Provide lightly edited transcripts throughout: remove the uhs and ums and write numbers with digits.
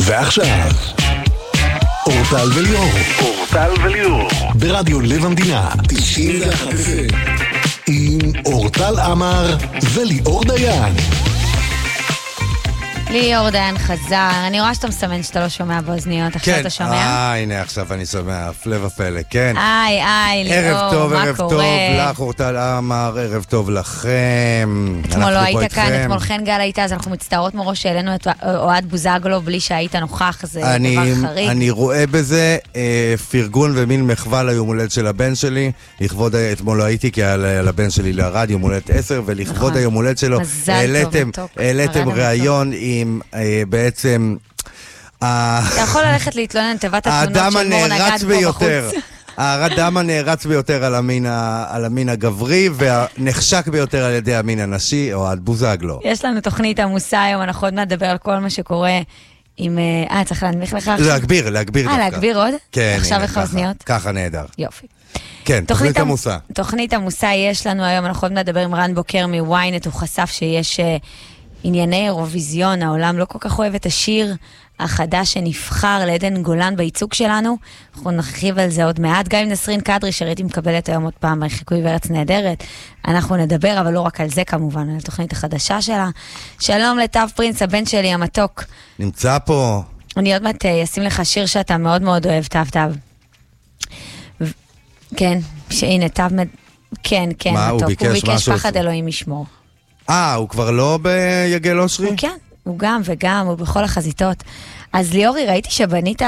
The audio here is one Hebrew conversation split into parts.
ועכשיו אורטל וליאור ברדיו לב המדינה 91 עם אורטל עמר וליאור דיין. ליאור דיין חזר, אני רואה שאתה מסמן שאתה לא שומע באוזניות, עכשיו אתה שומע? כן, הנה עכשיו אני שומע, הפלא ופלא, כן. ליאור, ערב טוב, מה ערב קורה? טוב לך אורטל עמר, ערב טוב לכם. אתמול לא היית כאן, אתמול חן גל הייתה, אז אנחנו מצטערות מראש שהעלינו את אוהד בוזגלו בלי שהיית נוכח, זה דבר חריג. אני רואה בזה פרגון ומין מחווה ליום הולדת של הבן שלי, לכבוד, אתמול לא הייתי כי היה לבן שלי לרדיו יום הולדת 10, ולכבוד היום הולדת שלו העליתם ראיון עם בעצם אתה יכול ללכת להתלונן תיבת התלונות של מור נגד פה בחוץ. האדם הנערץ ביותר על המין הגברי והנחשק ביותר על ידי המין הנשי, אוהד בוזגלו. יש לנו תוכנית עמוסה היום, אנחנו עוד נדבר על כל מה שקורה עם... צריך להנמיך לך עכשיו? להגביר דווקא. להגביר עוד? כן, עכשיו איך האוזניות? ככה נהדר. יופי. כן, תוכנית עמוסה. תוכנית עמוסה יש לנו היום, אנחנו עוד נדבר עם רן בוקר מוויינט, הוא חשף שיש ענייני אירוויזיון, העולם לא כל כך אוהב את השיר החדש שנבחר לעדן גולן בייצוג שלנו, אנחנו נרחיב על זה עוד מעט, גם עם נסרין קדרי שראיתי מקבלת היום עוד פעם בחיקוי בארץ נהדרת, אנחנו נדבר, אבל לא רק על זה כמובן, על התוכנית החדשה שלה. שלום לטב פרינס, הבן שלי המתוק. נמצא פה. אני עוד מעט אשים לך שיר שאתה מאוד מאוד אוהב, טב. כן, שהנה, טב, כן, מה, מתוק. הוא ביקש פחד אלוהים ישמור. הוא כבר לא ביגל אושרי? הוא כן, הוא גם וגם, הוא בכל החזיתות. אז ליאורי, ראיתי שבנית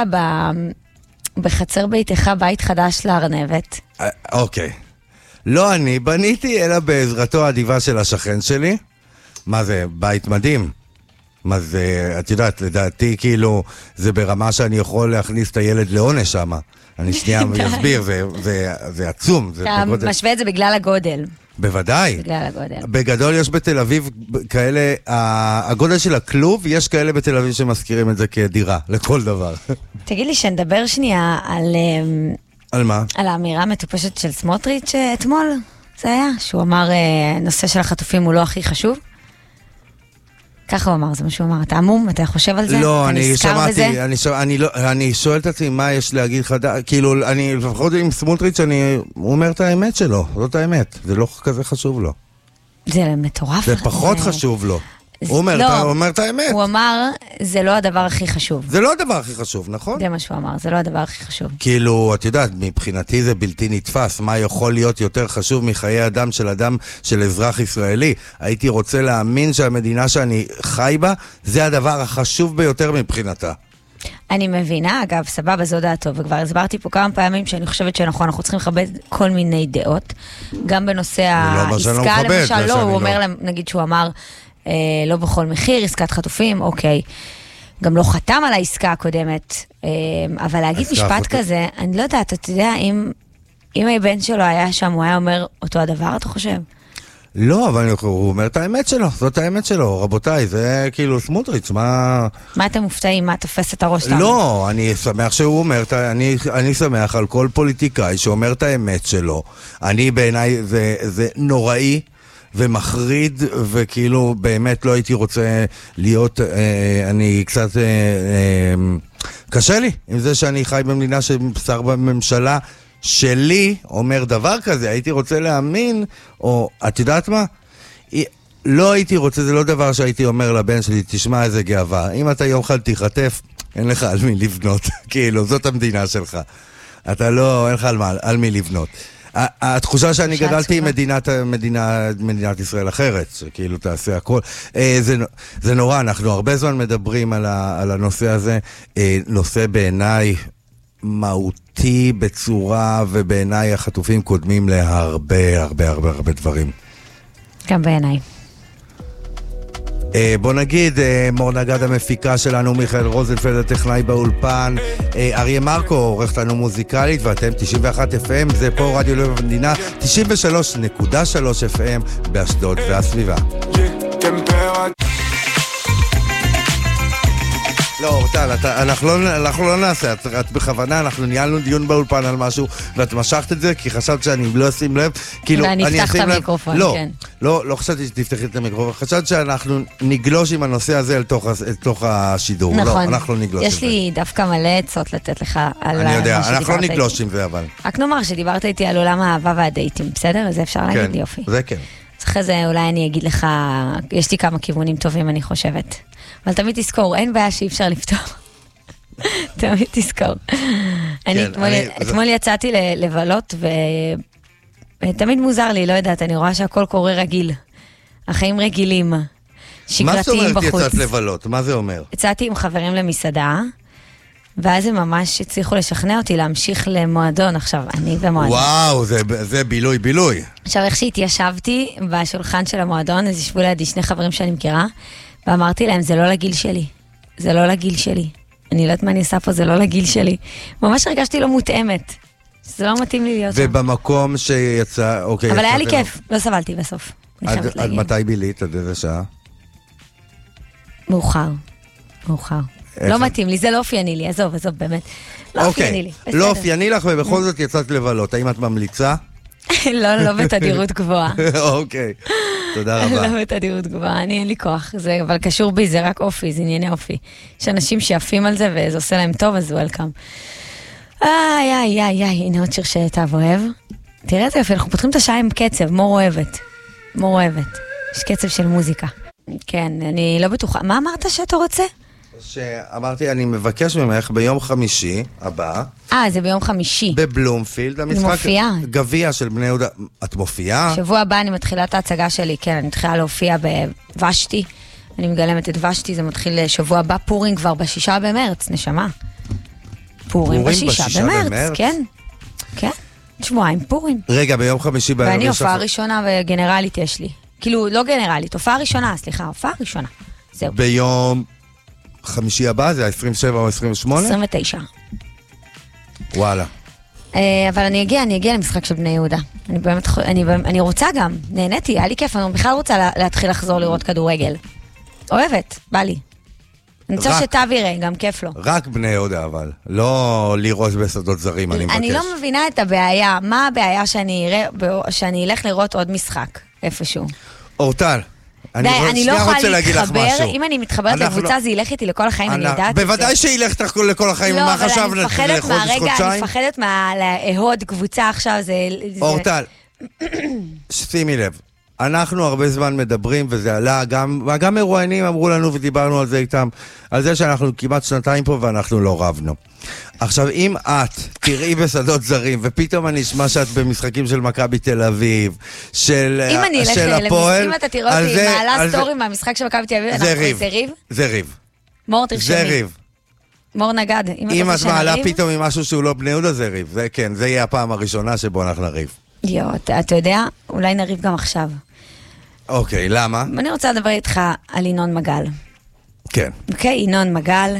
בחצר ביתך בית חדש לארנבת. אוקיי. לא אני בניתי, אלא בעזרתו האדיבה של השכן שלי. מה זה? בית מדהים. מה זה, את יודעת, לדעתי כאילו, זה ברמה שאני יכול להכניס את הילד לעונש שם. אני שנייה אסביר, זה עצום. אתה משווה את זה בגלל הגודל. בוודאי. בגלל הגודל. בגדול יש בתל אביב כאלה, הגודל של הכלוב, יש כאלה בתל אביב שמזכירים את זה כדירה, לכל דבר. תגיד לי שנדבר שנייה על מה? על האמירה המטופשת של סמוטריץ' אתמול, זה היה, שהוא אמר, נושא של החטופים הוא לא הכי חשוב. ככה הוא אמר, זה מה שהוא אמר. אתה עמום? אתה חושב על זה? לא, אני שמעתי, אני שואל את עצמי מה יש להגיד לך, כאילו, אני לפחות עם סמוטריץ' הוא אומר את האמת שלו, זאת האמת, זה לא כזה חשוב לו. זה מטורף. זה פחות חשוב לו. הוא אומר את האמת. הוא אמר, זה לא הדבר הכי חשוב. זה לא הדבר הכי חשוב, נכון? זה מה שהוא אמר, זה לא הדבר הכי חשוב. כאילו, את יודעת, מבחינתי זה בלתי נתפס, מה יכול להיות יותר חשוב מחיי אדם, של אזרח ישראלי? הייתי רוצה להאמין שהמדינה שאני חי בה, זה הדבר החשוב ביותר מבחינתה. אני מבינה, אגב, סבבה, זו דעתו, וכבר הסברתי פה כמה פעמים שאני חושבת שנכון, אנחנו צריכים לכבד כל מיני דעות, גם בנושא העסקה, למשל, לא, הוא אומר, נגיד שהוא אמר, לא בכל מחיר, עסקת חטופים, אוקיי. גם לא חתם על העסקה הקודמת, אבל להגיד משפט כזה, אני לא יודעת, אתה יודע, אם הבן שלו היה שם, הוא היה אומר אותו הדבר, אתה חושב? לא, אבל הוא אומר את האמת שלו, זאת האמת שלו, רבותיי, זה כאילו סמוטריץ', מה אתם מופתעים, מה תופס את הראש? לא, אני שמח שהוא אומר, אני שמח על כל פוליטיקאי שאומר את האמת שלו, אני בעיניי, זה נוראי, ומחריד, וכאילו באמת לא הייתי רוצה להיות, אני קצת, קשה לי עם זה שאני חי במדינה ששר בממשלה שלי אומר דבר כזה, הייתי רוצה להאמין, או את יודעת מה? לא הייתי רוצה, זה לא דבר שהייתי אומר לבן שלי, תשמע איזה גאווה, אם אתה יום אחד תיחטף, אין לך על מי לבנות, כאילו, זאת המדינה שלך. אתה לא, אין לך על מי לבנות. התחושה שאני גדלתי היא מדינת ישראל אחרת, שכאילו תעשה הכל. זה נורא, אנחנו הרבה זמן מדברים על הנושא הזה, נושא בעיניי מהותי בצורה, ובעיניי החטופים קודמים להרבה הרבה הרבה הרבה דברים. גם בעיניי. בוא נגיד, מור נגד המפיקה שלנו, מיכאל רוזנפלד הטכנאי באולפן, אריה מרקו עורך לנו מוזיקלית, ואתם 91 FM, זה פה רדיו לב המדינה, 93.3 FM באשדוד והסביבה. לא, אורטל, אנחנו לא נעשה, את בכוונה, אנחנו ניהלנו דיון באולפן על משהו, ואת משכת את זה, כי חשבת שאני לא אשים לב, כאילו, ואני אפתח את המיקרופון, כן. לא חשבתי שתפתחי את המיקרופון, חשבת שאנחנו נגלוש עם הנושא הזה אל תוך השידור. נכון. לא, אנחנו לא נגלוש עם זה. יש לי דווקא מלא עצות לתת לך על אני יודע, אנחנו לא נגלוש עם זה, אבל. רק נאמר שדיברת איתי על עולם האהבה והדייטים, בסדר? זה אפשר להגיד לי יופי. זה כן. אחרי זה אולי אני אגיד לך, יש לי כמה כיוונים טובים, אני חושבת. אבל תמיד תזכור, אין בעיה שאי אפשר לפתור. תמיד תזכור. אני אתמול יצאתי לבלות, ותמיד מוזר לי, לא יודעת, אני רואה שהכל קורה רגיל. החיים רגילים. שגרתיים בחוץ. מה זאת אומרת יצאת לבלות? מה זה אומר? יצאתי עם חברים למסעדה, ואז הם ממש הצליחו לשכנע אותי להמשיך למועדון עכשיו, אני במועדון. וואו, זה בילוי. עכשיו, איך שהתיישבתי בשולחן של המועדון, אז ישבו לידי שני חברים שאני מכירה, ואמרתי להם, זה לא לגיל שלי. זה לא לגיל שלי. אני לא יודעת מה אני עושה פה, זה לא לגיל שלי. ממש הרגשתי לא מותאמת. זה לא מתאים לי להיות. ובמקום שיצא, אוקיי. אבל היה לי כיף, לא סבלתי בסוף. עד מתי בילית? עד איזה שעה? מאוחר. לא מתאים לי, זה לא אופייני לי, עזוב, באמת. לא אופייני לי. לא אופייני לך, ובכל זאת יצאת לבלות. האם את ממליצה? לא בתדירות גבוהה. אוקיי, תודה רבה. לא בתדירות גבוהה, אין לי כוח. זה אבל קשור בי, זה רק אופי, זה ענייני אופי. יש אנשים שיפים על זה, וזה עושה להם טוב, אז וולקאם. הנה עוד שיר שאתה אוהב. תראה את זה יפה, אנחנו פותחים את השעה עם קצב, מור אוהבת. יש קצב של מוזיקה. כן, אני לא בטוחה. מה אמרת שאתה רוצה? שאמרתי, אני מבקש ממך ביום חמישי הבא. זה ביום חמישי. בבלומפילד, המשחק גביע של בני יהודה. את מופיעה? שבוע הבא אני מתחילה את ההצגה שלי, כן, אני מתחילה להופיע בוושתי. אני מגלמת את וושתי, זה מתחיל שבוע הבא, פורים כבר ב6 במרץ, נשמה. פורים ב6 במרץ, כן. כן, שבועיים פורים. רגע, ביום חמישי בערב. ואני הופעה ראשונה וגנרלית יש לי. כאילו, לא גנרלית, הופעה ראשונה. זהו. ביום חמישי הבא, זה 27 או 28? 29. וואלה. אבל אני אגיע למשחק של בני יהודה. אני רוצה גם, נהניתי, היה לי כיף, אני בכלל רוצה להתחיל לחזור לראות כדורגל. אוהבת, בא לי. אני רוצה שטב יראה, גם כיף לו. רק בני יהודה, אבל. לא לראות בשדות זרים, אני מבקש. אני לא מבינה את הבעיה. מה הבעיה שאני אלך לראות עוד משחק, איפשהו? אורטל. אני לא יכולה להתחבר, אם אני מתחברת לקבוצה זה ילך איתי לכל החיים, אני יודעת את זה. בוודאי שילך לכל החיים, מה חשבת? לא, אבל אני מפחדת מהלהוד קבוצה עכשיו, זה... אורטל, שימי לב, אנחנו הרבה זמן מדברים, וזה עלה, גם מרואיינים אמרו לנו ודיברנו על זה איתם, על זה שאנחנו כמעט שנתיים פה ואנחנו לא רבנו. עכשיו, אם את תראי בשדות זרים, ופתאום אני אשמע שאת במשחקים של מכבי תל אביב, של הפועל... אם אני אלך אם אתה תראה אותי מעלה סטורי מהמשחק של מכבי תל אביב, זה ריב. מור תרשמי. זה ריב. מור נגד. אם את מעלה פתאום עם משהו שהוא לא בני יהודה, זה ריב. זה כן, זה יהיה הפעם הראשונה שבו אנחנו נריב. אתה יודע, אולי נריב גם עכשיו. אוקיי, למה? אני רוצה לדבר איתך על ינון מגל. כן. אוקיי, ינון מגל.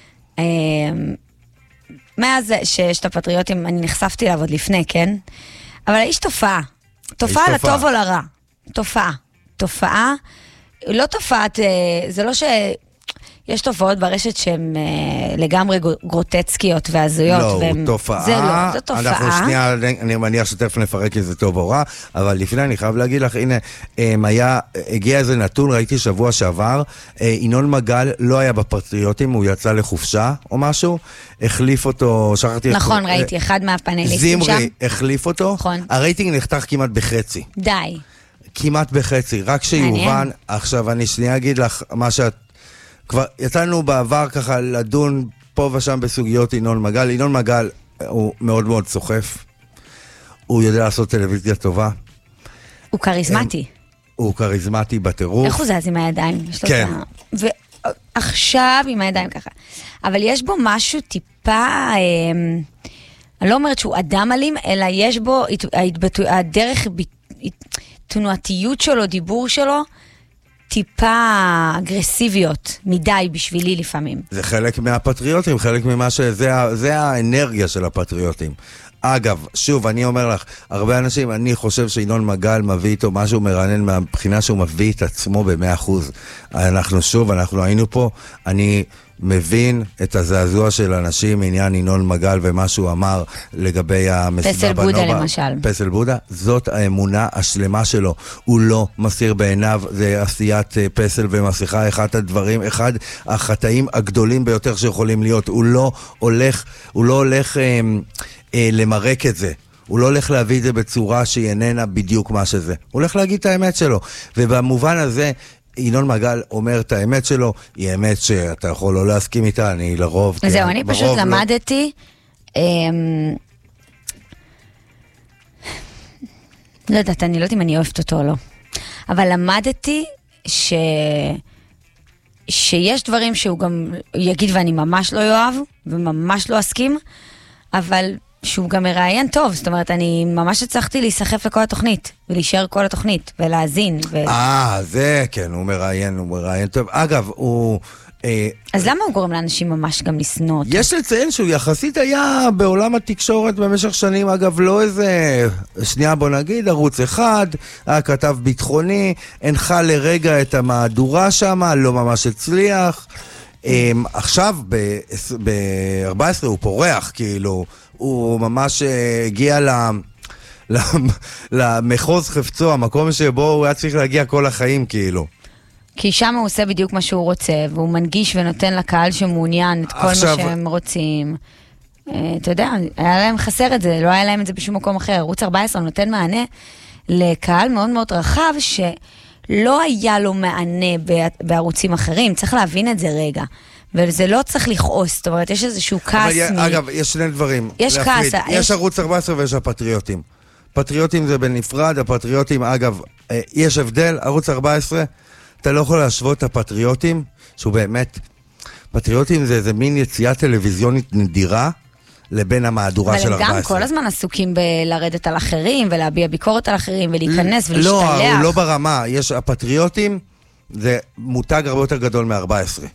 מאז שיש את הפטריוטים, אני נחשפתי לעבוד לפני, כן? אבל האיש תופעה. תופעה לטוב או לרע. תופעה. לא תופעת, זה לא יש תופעות ברשת שהן לגמרי גרוטצקיות והזויות. לא, תופעה. זה לא, זו תופעה. אנחנו שנייה, אני מניח שתכף נפרק איזה טוב או רע, אבל לפני אני חייב להגיד לך, הנה, הגיע איזה נתון, ראיתי שבוע שעבר, ינון מגל לא היה בפטריוטים, הוא יצא לחופשה או משהו, החליף אותו, שכחתי... נכון, ראיתי, אחד מהפאנליסטים שם. זמרי החליף אותו, נכון. הרייטינג נחתך כמעט בחצי. די. כמעט בחצי, רק שיובן, עכשיו אני שנייה אגיד לך מה שאת כבר יצאנו בעבר ככה לדון פה ושם בסוגיות ינון מגל. ינון מגל הוא מאוד מאוד סוחף. הוא יודע לעשות טלוויזיה טובה. הוא כריזמטי. הוא כריזמטי בטירוף. איך הוא זז עם הידיים? כן. ועכשיו עם הידיים ככה. אבל יש בו משהו טיפה... אני לא אומרת שהוא אדם אלים, אלא יש בו הדרך, תנועתיות שלו, דיבור שלו, טיפה אגרסיביות מדי בשבילי לפעמים. זה חלק מהפטריוטים, חלק ממה זה האנרגיה של הפטריוטים. אגב, שוב, אני אומר לך, הרבה אנשים, אני חושב שינון מגל מביא איתו משהו מרענן מהבחינה שהוא מביא את עצמו ב100%. אנחנו היינו פה, אני מבין את הזעזוע של אנשים, עניין ינון מגל ומה שהוא אמר לגבי המסיבה פסל בודה למשל. פסל בודה, זאת האמונה השלמה שלו. הוא לא מסיר בעיניו, זה עשיית פסל ומסיכה, אחד החטאים הגדולים ביותר שיכולים להיות. הוא לא הולך למרק את זה. הוא לא הולך להביא את זה בצורה שהיא איננה בדיוק מה שזה. הוא הולך להגיד את האמת שלו. ובמובן הזה, ינון מגל אומר את האמת שלו, היא אמת שאתה יכול לא להסכים איתה, אני לרוב... זהו, אני פשוט למדתי... לא יודעת, אני לא יודעת אם אני אוהבת אותו או לא. אבל למדתי שיש דברים שהוא גם יגיד ואני ממש לא יאהב, וממש לא אסכים, אבל... שהוא גם מראיין טוב, זאת אומרת, אני ממש הצלחתי להיסחף לכל התוכנית, ולהישאר כל התוכנית, ולהזין. זה כן, הוא מראיין טוב. אגב, הוא... אז למה הוא גורם לאנשים ממש גם לסנוע אותו? יש לציין שהוא יחסית היה בעולם התקשורת במשך שנים, אגב, לא איזה... שנייה, בוא נגיד, ערוץ אחד, היה כתב ביטחוני, הנחה לרגע את המהדורה שם, לא ממש הצליח. עכשיו, ב-14 הוא פורח, כאילו... הוא ממש הגיע למחוז חפצו, המקום שבו הוא היה צריך להגיע כל החיים, כאילו. כי שם הוא עושה בדיוק מה שהוא רוצה, והוא מנגיש ונותן לקהל שמעוניין את כל מה שהם רוצים. אתה יודע, היה להם חסר את זה, לא היה להם את זה בשום מקום אחר. ערוץ 14 נותן מענה לקהל מאוד מאוד רחב, שלא היה לו מענה בערוצים אחרים. צריך להבין את זה רגע. וזה לא צריך לכעוס, זאת אומרת, יש איזשהו כעס אגב, יש שני דברים. יש כעס. יש ערוץ 14 ויש הפטריוטים. פטריוטים זה בנפרד, הפטריוטים, אגב, יש הבדל, ערוץ 14, אתה לא יכול להשוות את הפטריוטים, שהוא באמת, פטריוטים זה איזה מין יציאה טלוויזיונית נדירה, לבין המהדורה של 14. אבל הם גם כל הזמן עסוקים בלרדת על אחרים, ולהביע ביקורת על אחרים, ולהיכנס ולהשתלח. לא, הוא לא ברמה. יש הפטריוטים, זה מותג הרבה יותר גדול מ-14.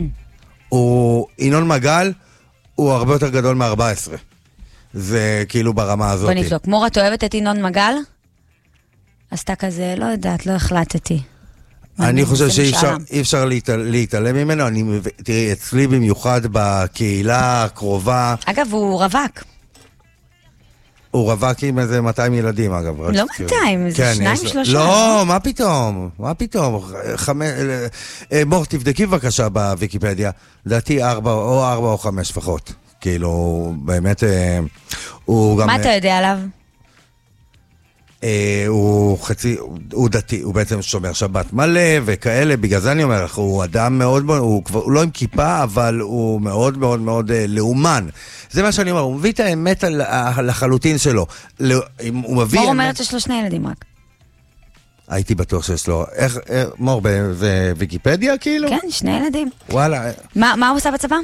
ינון מגל הוא הרבה יותר גדול מ-14. זה כאילו ברמה הזאת. בוא נבדוק. מורה, את אוהבת את ינון מגל? עשתה כזה, לא יודעת, לא החלטתי. אני חושב שאי אפשר להתעלם ממנו. תראי, אצלי במיוחד בקהילה הקרובה... אגב, הוא רווק. הוא רווק עם איזה 200 ילדים, אגב. לא 200, זה 2-3. לא, מה פתאום? מה פתאום? מור, תבדקי בבקשה בוויקיפדיה. לדעתי 4 או 5 לפחות. כאילו, באמת, הוא גם... מה אתה יודע עליו? הוא דתי, הוא בעצם שומר שבת מלא וכאלה, בגלל זה אני אומר לך, הוא אדם מאוד, הוא לא עם כיפה, אבל הוא מאוד מאוד מאוד לאומן. זה מה שאני אומר, הוא מביא את האמת על החלוטין שלו. מור אומרת שיש לו 2 ילדים רק. הייתי בטוח שיש לו, מור, זה ויקיפדיה כאילו? כן, 2 ילדים. וואלה. מה הוא עושה בצבא?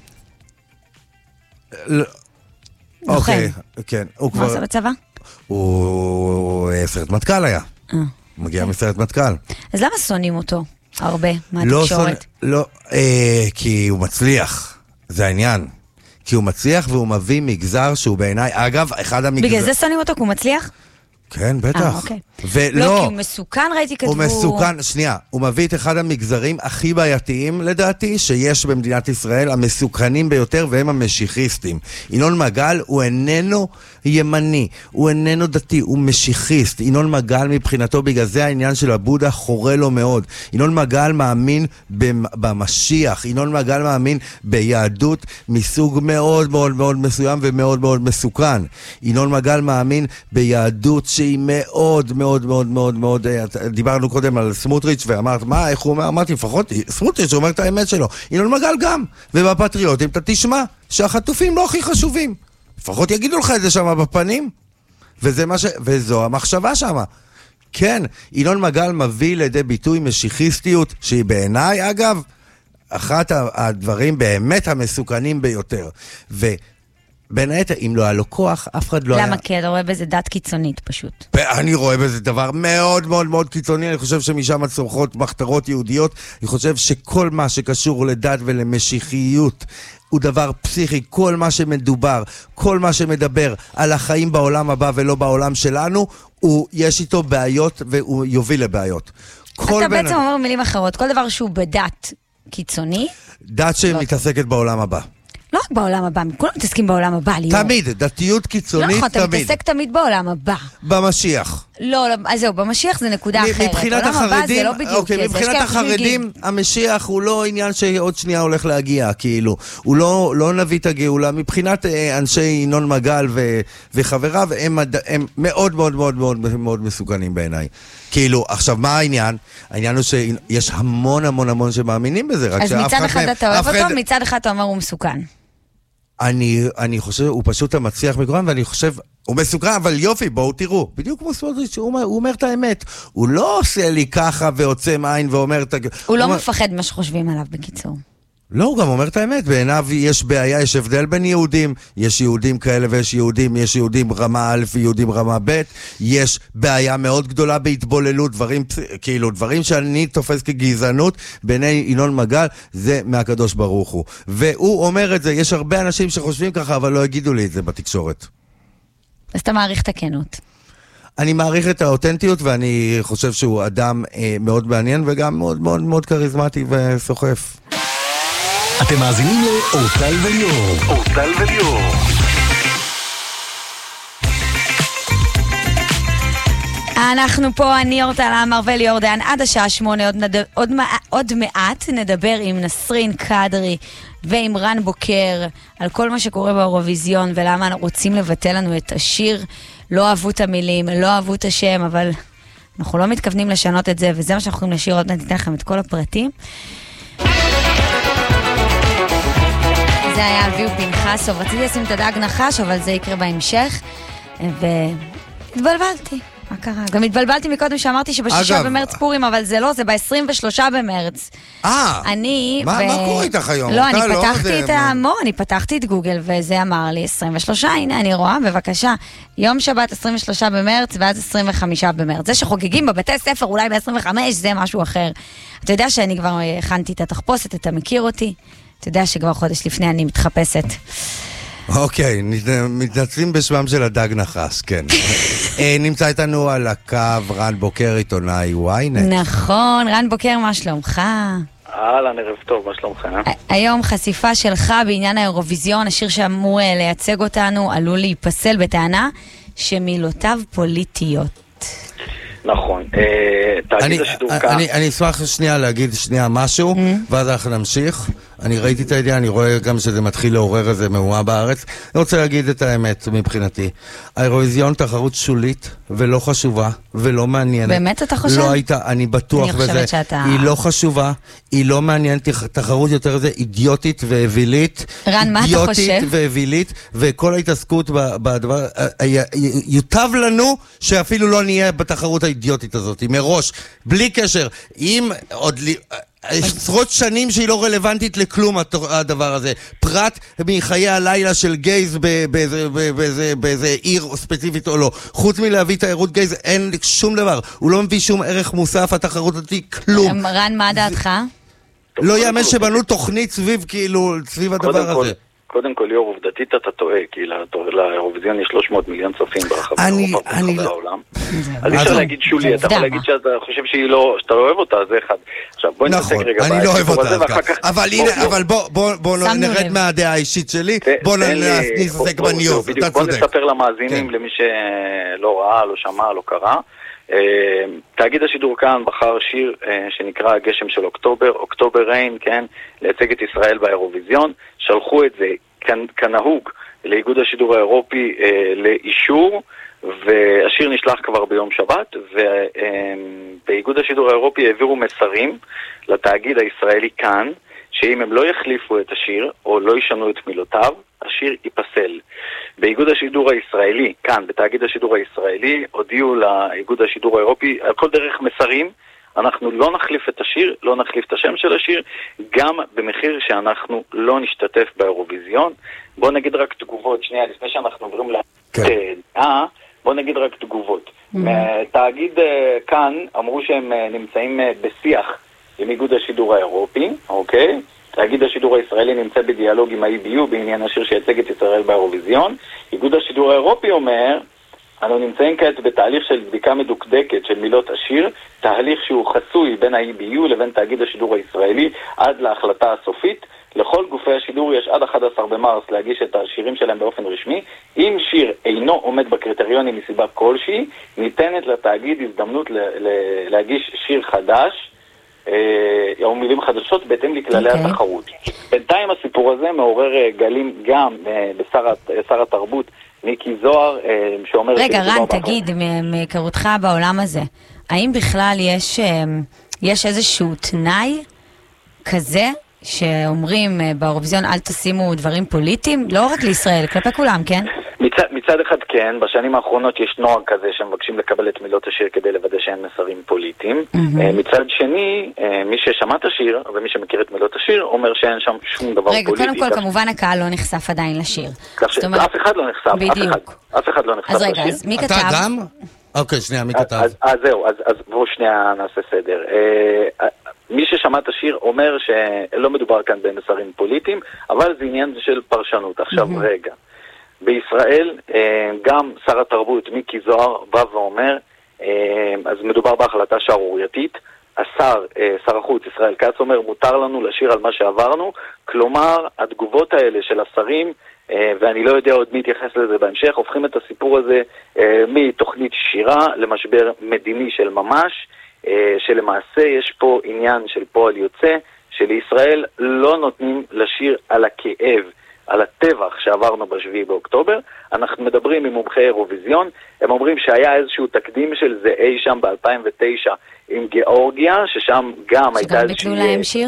אוקיי, כן. מה עושה בצבא? הוא סרט מטכ"ל היה. מגיע מסרט מטכ"ל. אז למה שונאים אותו הרבה מהתקשורת? לא, כי הוא מצליח. זה העניין. כי הוא מצליח והוא מביא מגזר שהוא בעיניי, אגב, אחד המגזר... בגלל זה שונאים אותו כי הוא מצליח? כן, בטח. אוקיי. ולא... לא, כי הוא מסוכן, ראיתי כתבו... הוא מסוכן, שנייה, הוא מביא את אחד המגזרים הכי בעייתיים, לדעתי, שיש במדינת ישראל, המסוכנים ביותר, והם המשיחיסטים. ינון מגל הוא איננו ימני, הוא איננו דתי, הוא משיחיסט. ינון מגל מבחינתו, בגלל זה העניין של הבודה חורה לו מאוד. ינון מגל מאמין במשיח, ינון מגל מאמין ביהדות מסוג מאוד מאוד מאוד מסוים ומאוד מאוד מסוכן. ינון מגל מאמין ביהדות שהיא מאוד מאוד מאוד מאוד מאוד, דיברנו קודם על סמוטריץ' ואמרת, מה, איך הוא אומר? אמרתי, לפחות סמוטריץ' אומר את האמת שלו. ינון מגל גם. ובפטריוטים אתה תשמע שהחטופים לא הכי חשובים. לפחות יגידו לך את זה שם בפנים. וזו המחשבה שם. כן, ינון מגל מביא לידי ביטוי משיחיסטיות, שהיא בעיניי, אגב, אחת הדברים באמת המסוכנים ביותר. בין היתר, אם לא היה לו כוח, אף אחד לא היה... למה? כי אתה רואה בזה דת קיצונית פשוט. אני רואה בזה דבר מאוד מאוד מאוד קיצוני, אני חושב שמשם צומחות מחתרות יהודיות, אני חושב שכל מה שקשור לדת ולמשיחיות הוא דבר פסיכי, כל מה שמדובר, כל מה שמדבר על החיים בעולם הבא ולא בעולם שלנו, יש איתו בעיות והוא יוביל לבעיות. אתה בעצם אומר מילים אחרות, כל דבר שהוא בדת, קיצוני? דת שמתעסקת בעולם הבא. לא רק בעולם הבא, כולם מתעסקים בעולם הבא, ליאור. תמיד, דתיות קיצונית תמיד. לא, אתה מתעסק תמיד בעולם הבא. במשיח. לא, אז זהו, במשיח זה נקודה אחרת. מבחינת החרדים, אוקיי, מבחינת החרדים, המשיח הוא לא עניין שעוד שנייה הולך להגיע, כאילו. הוא לא נביא את הגאולה. מבחינת אנשי ינון מגל וחבריו, הם מאוד מאוד מאוד מאוד מאוד מסוכנים בעיניי. כאילו, עכשיו, מה העניין? העניין הוא שיש המון המון המון שמאמינים בזה, אז מצד אחד אתה אוהב אותו, מצד אחד אתה אומר הוא מסוכן. אני חושב, הוא פשוט המצליח מגורם, ואני חושב, הוא מסוכן, אבל יופי, בואו תראו. בדיוק כמו סמוטריץ', הוא אומר את האמת. הוא לא עושה לי ככה ועוצם עין ואומר את... הוא לא מפחד מה שחושבים עליו בקיצור. לא, הוא גם אומר את האמת. בעיניו יש בעיה, יש הבדל בין יהודים. יש יהודים כאלה ויש יהודים רמה א' ויהודים רמה ב'. יש בעיה מאוד גדולה בהתבוללות, דברים שאני תופס כגזענות בעיני ינון מגל, זה מהקדוש ברוך הוא. והוא אומר את זה, יש הרבה אנשים שחושבים ככה, אבל לא יגידו לי את זה בתקשורת. אז אתה מעריך את הכנות. אני מעריך את האותנטיות, ואני חושב שהוא אדם מאוד מעניין, וגם מאוד מאוד מאוד קריזמטי וסוחף. אתם מאזינים לאורטל וליאור. אורטל וליאור. אנחנו פה, אני אורטל עמר וליאור דיין עד השעה 8, עוד מעט נדבר עם נסרין קדרי ועם רן בוקר על כל מה שקורה באירוויזיון ולמה רוצים לבטל לנו את השיר. לא אהבו את המילים, לא אהבו את השם, אבל אנחנו לא מתכוונים לשנות את זה, וזה מה שאנחנו יכולים לשיר. עוד מעט ניתן לכם את כל הפרטים. זה היה אביהו פנחסוב, רציתי לשים את הדג נחש, אבל זה יקרה בהמשך, והתבלבלתי. מה קרה? גם התבלבלתי מקודם שאמרתי שבשישה במרץ פורים, אבל זה לא, זה ב-23 במרץ. מה קורה איתך היום? לא, אני פתחתי את המור, אני פתחתי את גוגל, וזה אמר לי 23, הנה אני רואה, בבקשה. יום שבת 23 במרץ, ואז 25 במרץ. זה שחוגגים בבתי ספר, אולי ב-25, זה משהו אחר. אתה יודע שאני כבר הכנתי את התחפושת, אתה מכיר אותי? אתה יודע שכבר חודש לפני אני מתחפשת. אוקיי, מתנצלים בשמם של הדג נחש, כן. נמצא איתנו על הקו רן בוקר, עיתונאי ynet. נכון, רן בוקר, מה שלומך? אהלן, ערב טוב, מה שלומך? היום חשיפה שלך בעניין האירוויזיון, השיר שאמור לייצג אותנו, עלול להיפסל בטענה שמילותיו פוליטיות. נכון, תאגיד השידור כאן. אני אשמח שנייה להגיד שנייה משהו, ואז אנחנו נמשיך. אני ראיתי את הידיעה, אני רואה גם שזה מתחיל לעורר איזה מהומה בארץ. אני רוצה להגיד את האמת מבחינתי. האירוויזיון תחרות שולית ולא חשובה ולא מעניינת. באמת אתה חושב? לא הייתה, אני בטוח בזה. אני חושבת שאתה... היא לא חשובה, היא לא מעניינת, תחרות יותר זה אידיוטית ואווילית. רן, מה אתה חושב? אידיוטית ואווילית, וכל ההתעסקות בדבר... יוטב לנו שאפילו לא נהיה בתחרות האידיוטית הזאת, מראש, בלי קשר. אם עוד... עשרות שנים שהיא לא רלוונטית לכלום הדבר הזה, פרט מחיי הלילה של גייז באיזה עיר ספציפית או לא. חוץ מלהביא תיירות גייז אין שום דבר, הוא לא מביא שום ערך מוסף, התחרות אותי כלום. רן, מה דעתך? לא יאמן שבנו תוכנית סביב הדבר הזה. קודם כל, ליאור, עובדתית אתה טועה, כי לאירוויזיון יש 300 מיליון צופים ברחבי העולם. אז אי אפשר להגיד שולי, אתה יכול להגיד שאתה חושב שאתה לא אוהב אותה, זה אחד. עכשיו, בואי נתעסק רגע. נכון, אני לא אוהב אותה. אבל בוא נרד מהדעה האישית שלי, בוא נתעסק בניוז, אתה צודק. בוא נספר למאזינים, למי שלא ראה, לא שמע, לא קרא. תאגיד השידור כאן בחר שיר שנקרא הגשם של אוקטובר ריין, כן, לייצג את ישראל באירוויזיון. שלחו את זה כנהוג לאיגוד השידור האירופי לאישור, והשיר נשלח כבר ביום שבת, ובאיגוד השידור האירופי העבירו מסרים לתאגיד הישראלי כאן, שאם הם לא יחליפו את השיר או לא ישנו את מילותיו, השיר ייפסל. באיגוד השידור הישראלי, כאן, בתאגיד השידור הישראלי, הודיעו לאיגוד השידור האירופי על כל דרך מסרים, אנחנו לא נחליף את השיר, לא נחליף את השם של השיר, גם במחיר שאנחנו לא נשתתף באירוויזיון. בוא נגיד רק תגובות, שנייה, לפני שאנחנו עוברים בוא נגיד רק תגובות. תאגיד כאן אמרו שהם נמצאים בשיח עם איגוד השידור האירופי, אוקיי? תאגיד השידור הישראלי נמצא בדיאלוג עם ה-EBU בעניין השיר שייצג את ישראל באירוויזיון. איגוד השידור האירופי אומר אנו נמצאים כעת בתהליך של בדיקה מדוקדקת של מילות השיר, תהליך שהוא חסוי בין ה-EBU לבין תאגיד השידור הישראלי עד להחלטה הסופית. לכל גופי השידור יש עד 11 במרס להגיש את השירים שלהם באופן רשמי. אם שיר אינו עומד בקריטריונים מסיבה כלשהי, ניתנת לתאגיד הזדמנות להגיש שיר חדש, או מילים חדשות בהתאם לכללי התחרות. בינתיים הסיפור הזה מעורר גלים גם בשר התרבות מיקי זוהר, שאומר... רגע, רן, תגיד, מהיכרותך בעולם הזה, האם בכלל יש איזשהו תנאי כזה שאומרים באירוויזיון אל תשימו דברים פוליטיים? לא רק לישראל, כלפי כולם, כן? מצד אחד כן, בשנים האחרונות יש נוהג כזה שמבקשים לקבל את מילות השיר כדי לוודא שאין מסרים פוליטיים. מצד שני, מי ששמע את השיר ומי שמכיר את מילות השיר אומר שאין שם שום דבר פוליטי. רגע, קודם כל כמובן הקהל לא נחשף עדיין לשיר. אף אחד לא נחשף, אף אחד לא נחשף לשיר. אז רגע, אז מי כתב? אתה גם? אוקיי, שנייה, מי כתב? אז זהו, אז בואו שנייה נעשה סדר. מי ששמע את השיר אומר שלא מדובר כאן במסרים פוליטיים, אבל זה עניין של פרשנות. עכשיו רגע, בישראל גם שר התרבות מיקי זוהר בא ואומר, אז מדובר בהחלטה שערורייתית, שר החוץ ישראל כץ אומר, מותר לנו לשיר על מה שעברנו, כלומר התגובות האלה של השרים, ואני לא יודע עוד מי יתייחס לזה בהמשך, הופכים את הסיפור הזה מתוכנית שירה למשבר מדיני של ממש, שלמעשה יש פה עניין של פועל יוצא, שלישראל לא נותנים לשיר על הכאב, על הטבח שעברנו ב7 באוקטובר. אנחנו מדברים עם מומחי אירוויזיון, הם אומרים שהיה איזשהו תקדים של זה אי שם ב-2009 עם גיאורגיה, ששם גם הייתה איזושהי... שגם ביטלו להם שיר?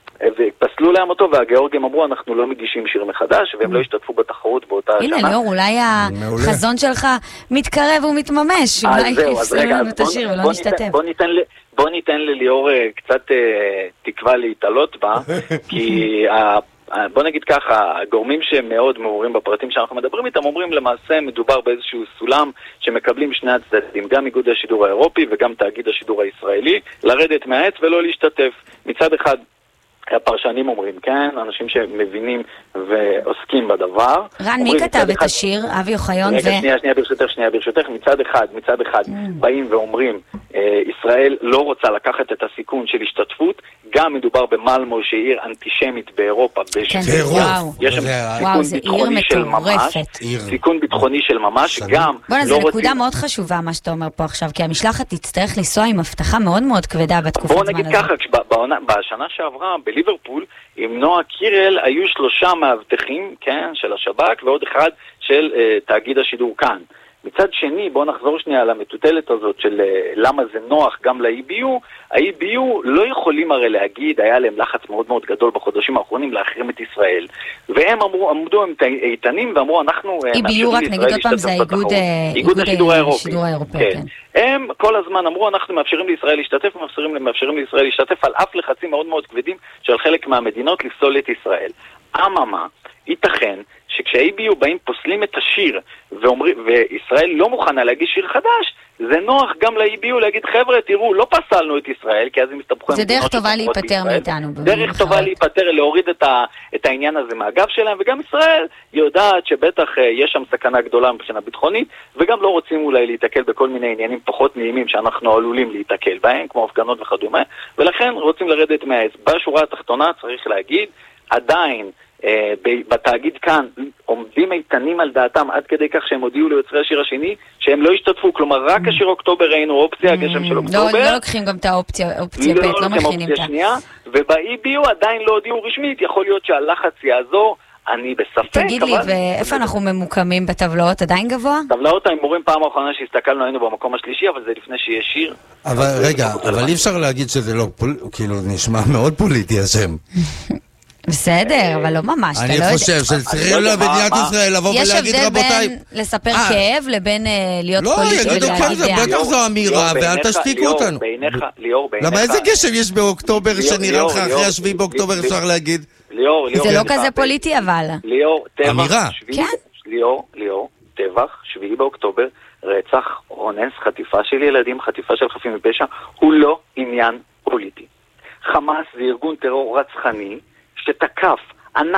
ופסלו להם אותו, והגיאורגים אמרו, אנחנו לא מגישים שיר מחדש, והם לא השתתפו בתחרות באותה השנה. הנה, ליאור, אולי החזון שלך מתקרב ומתממש. אולי יפסלו לנו את השיר ולא נשתתף. בוא ניתן לליאור קצת תקווה להתעלות בה, כי בוא נגיד ככה, הגורמים שמאוד מעורים בפרטים שאנחנו מדברים איתם, אומרים למעשה מדובר באיזשהו סולם שמקבלים שני הצדדים, גם איגוד השידור האירופי וגם תאגיד השידור הישראלי, לרדת מהעץ ולא להשתתף. מצד אחד, הפרשנים אומרים, כן, אנשים שמבינים ועוסקים בדבר. רן, מי כתב את השיר? אבי אוחיון ו... שנייה ברשותך, מצד אחד באים ואומרים, ישראל לא רוצה לקחת את הסיכון של השתתפות, גם מדובר במלמו שהיא עיר אנטישמית באירופה. כן, יש שם סיכון ביטחוני של ממש, סיכון ביטחוני של ממש, גם... בוא'נה, זו נקודה מאוד חשובה מה שאתה אומר פה עכשיו, כי המשלחת תצטרך לנסוע עם הבטחה מאוד מאוד כבדה בתקופת זמן הזאת. בוא נגיד ככה, בשנה שעברה בליברפול עם נועה קירל היו 3 מאבטחים, כן, של השב"כ ועוד אחד של תאגיד השידור כאן. מצד שני, בואו נחזור שנייה על המטוטלת הזאת של למה זה נוח גם ל-EBU. ה-EBU לא יכולים הרי להגיד, היה להם לחץ מאוד מאוד גדול בחודשים האחרונים להחרים את ישראל. והם עמדו עם איתנים ואמרו, אנחנו... EBU, רק נגיד עוד פעם, זה איגוד השידור האירופי. כן. הם כל הזמן אמרו, אנחנו מאפשרים לישראל להשתתף, מאפשרים לישראל להשתתף על אף לחצים מאוד מאוד כבדים של חלק מהמדינות לפסול את ישראל. אממה, ייתכן שכשה-EBU באים פוסלים את השיר וישראל לא מוכנה להגיש שיר חדש, זה נוח גם ל-EBU להגיד, חבר'ה, תראו, לא פסלנו את ישראל, כי אז הם מסתבכו... זה דרך טובה להיפטר מאיתנו. דרך טובה להיפטר, להוריד את העניין הזה מהגב שלהם, וגם ישראל יודעת שבטח יש שם סכנה גדולה מבחינה ביטחונית, וגם לא רוצים אולי להתקל בכל מיני עניינים פחות נעימים שאנחנו עלולים להתקל בהם, כמו הפגנות וכדומה, ולכן רוצים לרדת מהעץ. בשורה התחתונה צריך להגיד, עדיין בתאגיד כאן עומדים איתנים על דעתם עד כדי כך שהם הודיעו ליוצרי השיר השני שהם לא השתתפו, כלומר רק השיר אוקטובר ראינו אופציה, הגשם של אוקטובר לא לוקחים גם את האופציה ב', לא מכינים את זה. וב-EBU עדיין לא הודיעו רשמית, יכול להיות שהלחץ יעזור, אני בספק. תגיד לי, ואיפה אנחנו ממוקמים בטבלאות? עדיין גבוה? טבלאות ההימורים פעם האחרונה שהסתכלנו היינו במקום השלישי, אבל זה לפני שיש שיר. אבל רגע, אבל אי אפשר להגיד שזה לא, כאילו נשמע מאוד פוליטי השם. בסדר, אבל לא ממש. אני חושב שצריכים למדינת ישראל לבוא ולהגיד רבותיי. יש הבדל בין לספר כאב לבין להיות פוליטי ולהגיד דעה. בטח זו אמירה, ואל תשתיקו אותנו. למה איזה גשם יש באוקטובר שנראה לך אחרי ה7 באוקטובר אפשר להגיד? זה לא כזה פוליטי אבל. אמירה. ליאור, טבח, 7 באוקטובר, רצח, אונס, חטיפה של ילדים, חטיפה של חפים מפשע, הוא לא עניין פוליטי. חמאס זה ארגון טרור רצחני, שתקף, אנס,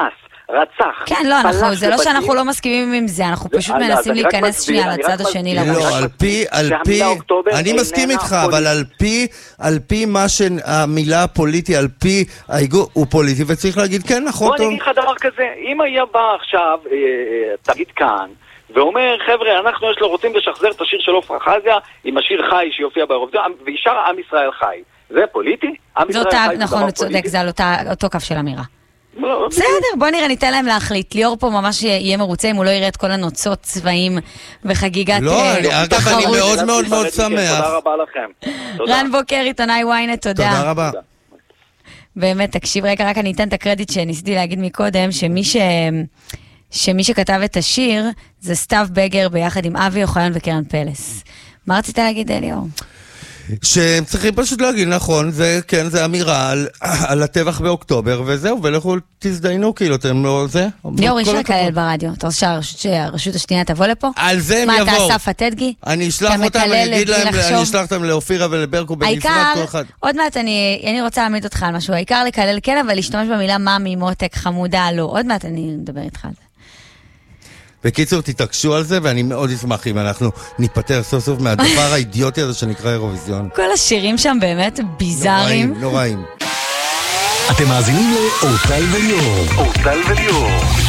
רצח. כן, לא, זה לא שאנחנו לא מסכימים עם זה, אנחנו פשוט מנסים להיכנס שנייה לצד השני. לא, אני מסכים איתך, אבל על פי מה שהמילה הפוליטי, על פי הוא פוליטי, וצריך להגיד כן, נכון טוב. בוא אני אגיד לך דבר כזה, אם היה בא עכשיו, תגיד כאן, ואומר, חבר'ה, אנחנו רוצים לשחזר את השיר של עופרה חזיה עם השיר חי שיופיע באירוויזיון, וישר עם ישראל חי. זה פוליטי? נכון, הוא צודק, זה על אותו קו של אמירה. בסדר, בוא נראה, ניתן להם להחליט. ליאור פה ממש יהיה מרוצה אם הוא לא יראה את כל הנוצות, צבעים וחגיגת תחרות. לא, אגב, אני מאוד מאוד מאוד שמח. תודה רבה לכם. רן בוקר, עיתונאי ynet, תודה. תודה רבה. באמת, תקשיב, רגע, רק אני אתן את הקרדיט שניסיתי להגיד מקודם, שמי שכתב את השיר זה סתיו בגר ביחד עם אבי אוחיון וקרן פלס. מה רצית להגיד, ליאור? שהם צריכים פשוט להגיד, נכון, זה כן, זה אמירה על הטבח באוקטובר, וזהו, ולכו תזדיינו, כאילו, אתם לא זה. ליאור, יש לקלל ברדיו. אתה רוצה שהרשות השנייה תבוא לפה? על זה הם יבואו. מה, אתה אסף התדגי? אני אשלח אותם, אני אשלח אותם לאופירה ולברקו בנפרד כל אחד. עוד מעט אני רוצה להעמיד אותך על משהו. העיקר לקלל כן, אבל להשתמש במילה מאמי, מותק, חמודה, לא. עוד מעט אני מדבר איתך על זה. בקיצור, תתעקשו על זה, ואני מאוד אשמח אם אנחנו ניפטר סוף סוף מהדבר האידיוטי הזה שנקרא אירוויזיון. כל השירים שם באמת ביזאריים. נוראים. אתם מאזינים לאורטל וליאור. אורטל וליאור.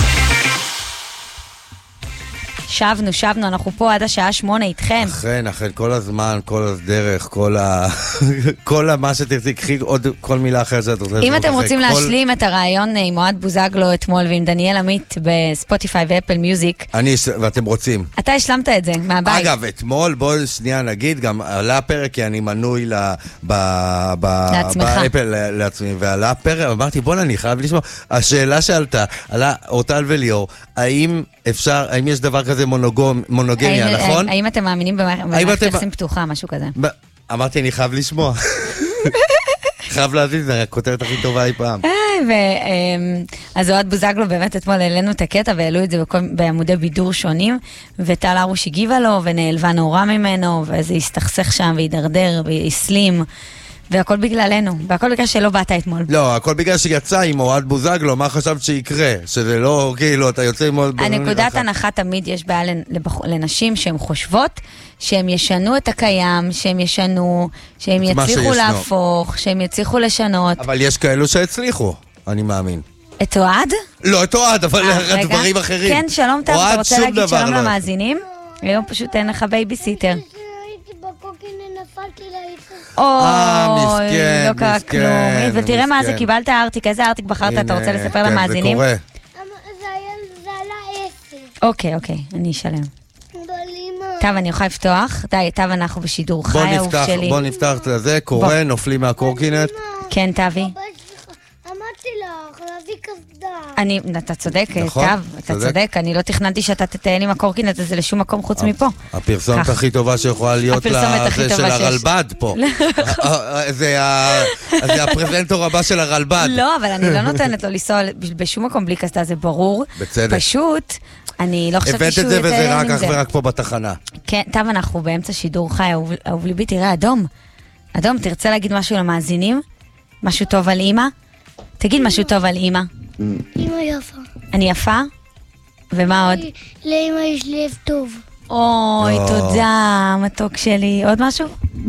שבנו, אנחנו פה עד השעה 8 איתכם. אכן, כל הזמן, כל הדרך, כל מה שתרצי, קחי עוד כל מילה אחרת שאת רוצה. אם אתם רוצים להשלים את הרעיון עם אוהד בוזגלו אתמול ועם דניאל עמית בספוטיפיי ואפל מיוזיק. ואתם רוצים. אתה השלמת את זה מהבית. אגב, אתמול, בואו שנייה נגיד, גם עלה הפרק, כי אני מנוי באפל לעצמי, ועלה הפרק, אמרתי, בואו אני חייב לשמוע. השאלה שעלתה, עלה אורטל וליאור, האם יש דבר כזה מונוגמיה, נכון? האם אתם מאמינים במערכת יחסים פתוחה, משהו כזה? אמרתי, אני חייב לשמוע. חייב להזיז, זה הכותרת הכי טובה אי פעם. אז אוהד בוזגלו, באמת אתמול העלינו את הקטע, והעלו את זה בעמודי בידור שונים, וטל ארוש הגיבה לו, ונעלבה נורא ממנו, וזה הסתכסך שם, והידרדר, והסלים. והכל בגללנו, והכל בגלל שלא באת אתמול. לא, הכל בגלל שיצא עם אוהד בוזגלו, מה חשבת שיקרה? שזה לא, כאילו, אתה יוצא עם אוהד בוזגלו. הנקודת הנחה תמיד יש בעיה לנשים שהן חושבות שהן ישנו את הקיים, שהן יצליחו להפוך, שהן יצליחו לשנות. אבל יש כאלו שהצליחו, אני מאמין. את אוהד? לא, את אוהד, אבל דברים אחרים. כן, שלום טוב, אתה רוצה להגיד שלום למאזינים? היום פשוט אין לך בייביסיטר. אוי, לא קרה כלום. ותראה מה זה, קיבלת ארטיק, איזה ארטיק בחרת, אתה רוצה לספר למאזינים? זה קורה. זה עלה 10. אוקיי, אני אשלם. טוב, אני יכולה לפתוח. די, טוב, אנחנו בשידור חי, אהוב שלי. בוא נפתח את זה, קורה, נופלים מהקורקינט. כן, טבי. אמרתי לך, להביא קסדה. אתה צודק, טוב, אתה צודק, אני לא תכננתי שאתה תטייל עם הקורקינט הזה לשום מקום חוץ מפה. הפרסומת הכי טובה שיכולה להיות לזה של הרלב"ד פה. זה הפרזנטור הבא של הרלב"ד. לא, אבל אני לא נותנת לו לנסוע בשום מקום בלי קסדה, זה ברור. בצדק. פשוט, אני לא חשבתי שהוא הבאת את זה וזה רק אך ורק פה בתחנה. כן, טוב, אנחנו באמצע שידור חי, אהוב ליבי, תראה, אדום. אדום, תרצה להגיד משהו למאזינים? משהו טוב על אמא? תגיד משהו טוב על אמא. אמא יפה. אני יפה? ומה עוד? לאמא יש לב טוב. אוי, תודה, מתוק שלי. עוד משהו?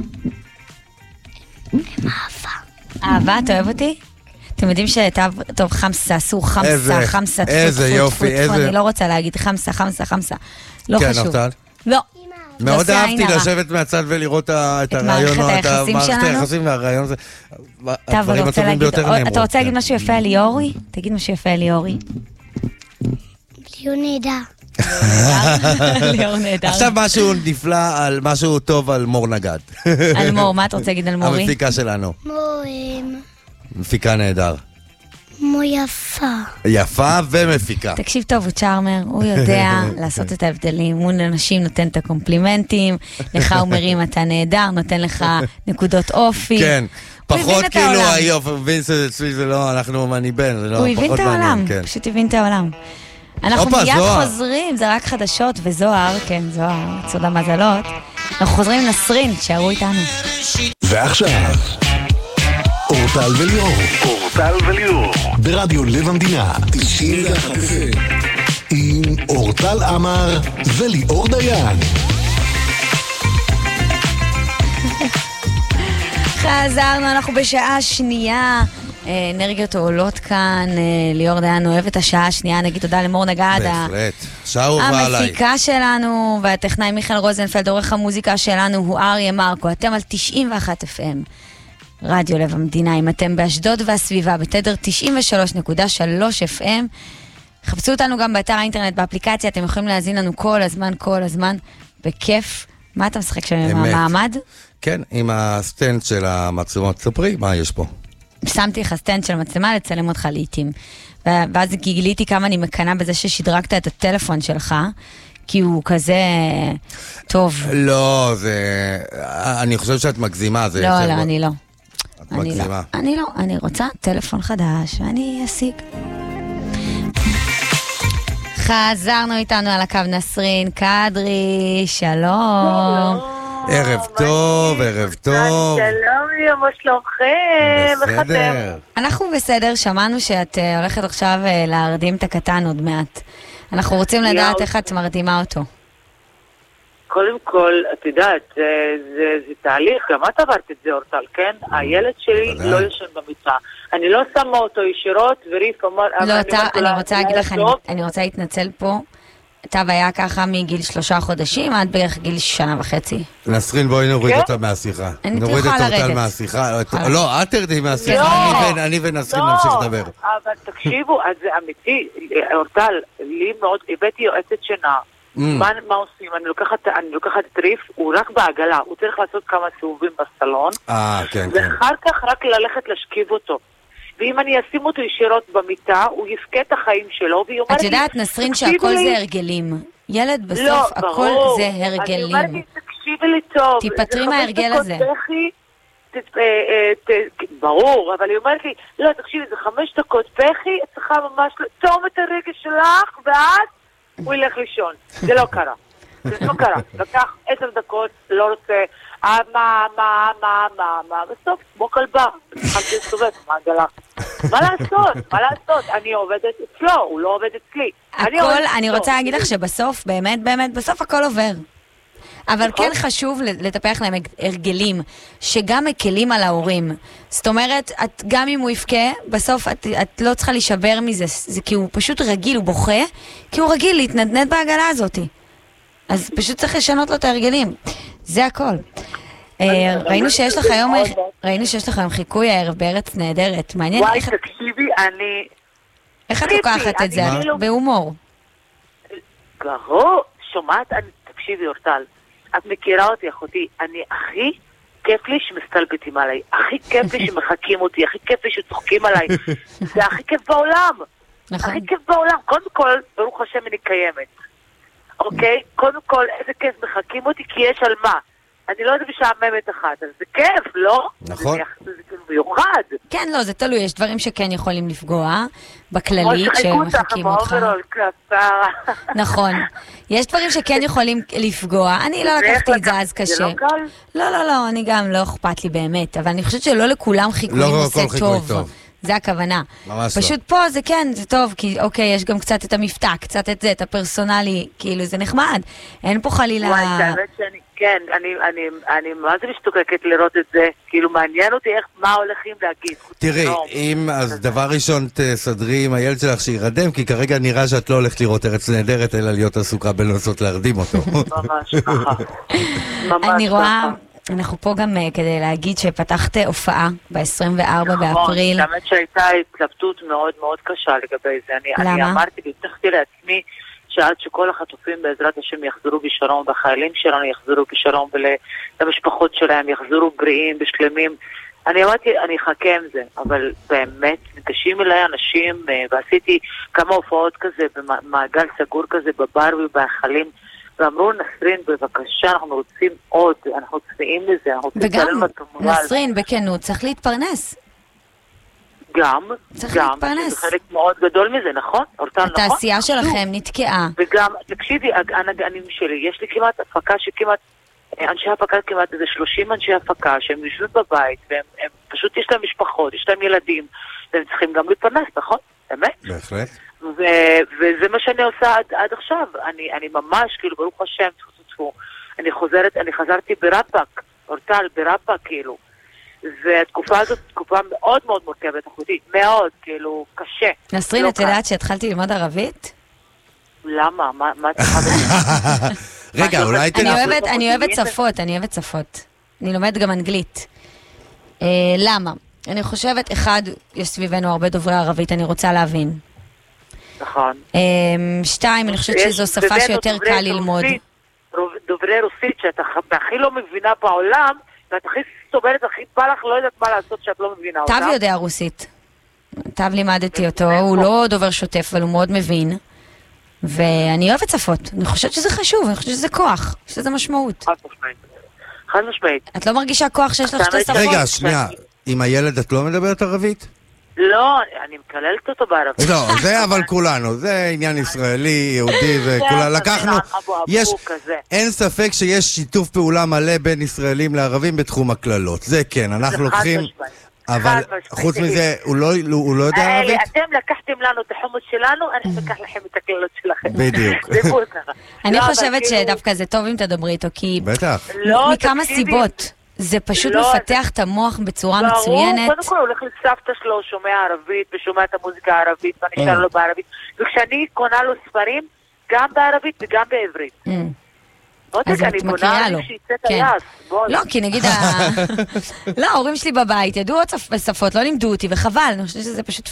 אהבה. אהבה, אתה אוהב אותי? אתם יודעים טוב, חמסה, אסור חמסה, איזה יופי, איזה... אני לא רוצה להגיד חמסה. לא חשוב. נפתל? לא. מאוד אהבתי לשבת מהצד ולראות את הרעיון, את מערכת היחסים והרעיון הזה. הדברים הטובים ביותר נאמרו. אתה רוצה להגיד משהו יפה על ליאורי? תגיד משהו יפה על ליאורי. ליאור נהדר. ליאור נהדר. עכשיו משהו נפלא, משהו טוב על מור נגד. על מור, מה אתה רוצה להגיד על מורי? המפיקה שלנו. מוהם. מפיקה נהדר. מו יפה. יפה ומפיקה. תקשיב טוב, הוא צ'ארמר, הוא יודע לעשות את ההבדלים, הוא לאנשים נותן את הקומפלימנטים, לך הוא מרים אתה נהדר, נותן לך נקודות אופי. כן, פחות כאילו היופי, וינסט אצלי זה לא, אנחנו אני בן, זה לא פחות מעניין. הוא הבין את העולם, פשוט הבין את העולם. אנחנו מיד חוזרים, זה רק חדשות, וזוהר, כן, זוהר, צודה מזלות. אנחנו חוזרים עם נסרין, שערו איתנו. ועכשיו אורטל וליאור. אורטל וליאור. ברדיו לב המדינה. 91 FM. עם אורטל עמר וליאור דיין. חזרנו, אנחנו בשעה שנייה. אנרגיות עולות כאן. ליאור דיין אוהב את השעה השנייה. נגיד תודה למור נגד. בהחלט. שעה אוהבה עליי. המפיקה שלנו והטכנאי מיכאל רוזנפלד, עורך המוזיקה שלנו הוא אריה מרקו. אתם על 91 FM. רדיו לב המדינה. אם אתם באשדוד והסביבה בתדר 93.3 FM. חפשו אותנו גם באתר האינטרנט, באפליקציה. אתם יכולים להזין לנו כל הזמן, בכיף. מה אתה משחק שם עם המעמד? כן, עם הסטנד של המצלמות. ספרי, מה יש פה? שמתי לך סטנד של מצלמה לצלם אותך לעתים. ואז גיליתי כמה אני מקנה בזה ששדרגת את הטלפון שלך, כי הוא כזה טוב. לא, אני חושב שאת מגזימה. לא, אני לא. את מגזימה. אני רוצה טלפון חדש, ואני אשיג. חזרנו איתנו על הקו נסרין קדרי, שלום. ערב טוב, ערב טוב. שלום, מה שלומכם? בסדר. אנחנו בסדר, שמענו שאת הולכת עכשיו להרדים את הקטן עוד מעט. אנחנו רוצים לדעת איך את מרדימה אותו. קודם כל, את יודעת, זה תהליך, גם את עברת את זה, אורטל, כן? הילד שלי לא ישן במיטה. אני לא שמה אותו ישירות, וריף אמר... לא, אני רוצה להגיד לך, אני רוצה להתנצל פה. אתה היה ככה מגיל 3 חודשים עד בערך גיל 1.5 שנה. נסרין, בואי נוריד אותה מהשיחה. אני תוכל לרדת. לא, את תרדי מהשיחה. אני ונסרין נמשיך לדבר. אבל תקשיבו, אז זה אמיתי. אורטל, לי מאוד, הבאתי יועצת שינה. מה עושים? אני לוקחת את ריף, הוא רק בעגלה. הוא צריך לעשות כמה סיבובים בסלון. כן. ואחר כך רק ללכת להשכיב אותו. ואם אני אשים אותו ישירות במיטה, הוא יפקה את החיים שלו, והיא אומרת לי... את יודעת, נסרין, שהכל זה הרגלים. ילד בסוף, הכל זה הרגלים. אני אומרת לי, תקשיבי לי טוב. תיפטרי מההרגל הזה. ברור, אבל היא אומרת לי, לא, תקשיבי, זה 5 דקות פחי, את צריכה ממש לטום את הרגל שלך, ואז הוא ילך לישון. זה לא קרה. זה לא קרה. לקח 10 דקות, לא רוצה... מה, בסוף, כמו כלבה, התחלתי לסובב, מעגלה. מה לעשות? אני עובדת אצלו, הוא לא עובד אצלי. אני רוצה להגיד לך שבסוף, באמת, בסוף הכל עובר. אבל כן חשוב לטפח להם הרגלים, שגם מקלים על ההורים. זאת אומרת, גם אם הוא יפקה, בסוף את לא צריכה להישבר מזה, זה כי הוא פשוט רגיל, הוא בוכה, כי הוא רגיל להתנדנד בעגלה הזאת. אז פשוט צריך לשנות לו את ההרגלים. זה הכל. ראינו שיש לך היום חיקוי הערב בארץ נהדרת. מעניין איך... וואי, תקשיבי, אני... איך את לוקחת את זה? בהומור. ברור, שומעת? תקשיבי, אורטל. את מכירה אותי, אחותי. אני הכי כיף לי שמסתלבטים עליי. הכי כיף לי שמחכים אותי. הכי כיף לי שצוחקים עליי. זה הכי כיף בעולם. הכי כיף בעולם. קודם כל, ברוך השם, אני קיימת. אוקיי? קודם כל, איזה כיף מחכים אותי, כי יש על מה. אני לא יודעת משעממת אחת, אז זה כיף, לא? נכון. זה כאילו מיוחד. כן, לא, זה תלוי, יש דברים שכן יכולים לפגוע, בכללי, כשמחכים אותך. נכון. יש דברים שכן יכולים לפגוע, אני לא לקחתי את זה אז קשה. זה לא קל? לא, אני גם לא אכפת לי באמת, אבל אני חושבת שלא לכולם חיקויים עושה טוב. זה הכוונה. פשוט פה זה כן, זה טוב, כי אוקיי, יש גם קצת את המבטא, קצת את זה, את הפרסונלי, כאילו זה נחמד. אין פה חלילה... וואי, האמת שאני, כן, אני מה זה משתוקקת לראות את זה, כאילו מעניין אותי מה הולכים להגיד. תראי, אם אז דבר ראשון תסדרי עם הילד שלך שירדם, כי כרגע נראה שאת לא הולכת לראות ארץ נהדרת, אלא להיות עסוקה בלנסות להרדים אותו. ממש ככה. אני רואה... אנחנו פה גם כדי להגיד שפתחת הופעה ב-24 באפריל. האמת שהייתה התלבטות מאוד מאוד קשה לגבי זה. אני אמרתי והבטחתי לעצמי שעד שכל החטופים בעזרת השם יחזרו בשלום, והחיילים שלנו יחזרו בשלום, ולמשפחות שלהם יחזרו בריאים, בשלמים. אני אמרתי, אני אחכה עם זה, אבל באמת ניגשים אליי אנשים, ועשיתי כמה הופעות כזה, במעגל סגור כזה, בבר ובהחלים, ואמרו, נסרין, בבקשה, אנחנו רוצים עוד, אנחנו צפיים לזה, אנחנו רוצים וגם, נסרין, בכנות, צריך להתפרנס. גם, צריך להתפרנס. זה חלק מאוד גדול מזה, נכון? אורטל, נכון? התעשייה שלכם נתקעה. וגם, תקשיבי, הגנים שלי, יש לי כמעט הפקה שכמעט אנשי הפקה כמעט איזה 30 אנשי הפקה שהם יושבים בבית, והם פשוט יש להם משפחות, יש להם ילדים, והם צריכים גם להתפרנס, נכון? באמת? בהחלט. וזה מה שאני עושה עד עכשיו. אני ממש, כאילו, ברוך השם, אני חזרתי ברפק, אורטל, ברפק, כאילו. והתקופה הזאת תקופה מאוד מאוד מורכבת, אחותי, מאוד, כאילו, קשה. נסרין, את יודעת שהתחלתי ללמוד ערבית? למה? מה את צריכה? רגע, אולי אני אוהבת שפות. אני לומדת גם אנגלית. למה? אני חושבת, אחד, יש סביבנו הרבה דוברי ערבית, אני רוצה להבין. נכון. שתיים, אני חושבת שזו שפה שיותר קל ללמוד. דוברי רוסית, שאתה הכי לא מבינה בעולם, ואת הכי סובלת, הכי בא לך, לא יודעת מה לעשות שאת לא מבינה אותה. תו יודע רוסית. תו לימדתי אותו, הוא לא דובר שוטף, אבל הוא מאוד מבין. ואני אוהבת שפות. אני חושבת שזה חשוב, אני חושבת שזה כוח, שזה משמעות. חד משמעית. את לא מרגישה כוח שיש לך שתי שפות? רגע, שנייה. עם הילד את לא מדברת ערבית? לא, אני מקללת אותו בערבית. לא, זה אבל כולנו, זה עניין ישראלי, יהודי וכולנו, לקחנו, אין ספק שיש שיתוף פעולה מלא בין ישראלים לערבים בתחום הכללות, זה כן, אנחנו לוקחים, אבל חוץ מזה, הוא לא יודע ערבית? אתם לקחתם לנו את החומוס שלנו, אני אקח לכם את הכללות שלכם. בדיוק. אני חושבת שדווקא זה טוב אם תדברי איתו, כי מכמה סיבות. זה פשוט מפתח את המוח בצורה מצוינת. קודם כל הוא הולך לסבתא שלו, שומע ערבית ושומע את המוזיקה הערבית ואני שר לו בערבית, וכשאני קונה לו ספרים גם בערבית וגם בעברית. אז את מקריאה לו. לא, כי נגיד לא, ההורים שלי בבית ידעו עוד שפות, לא לימדו אותי, וחבל, אני חושבת שזה פשוט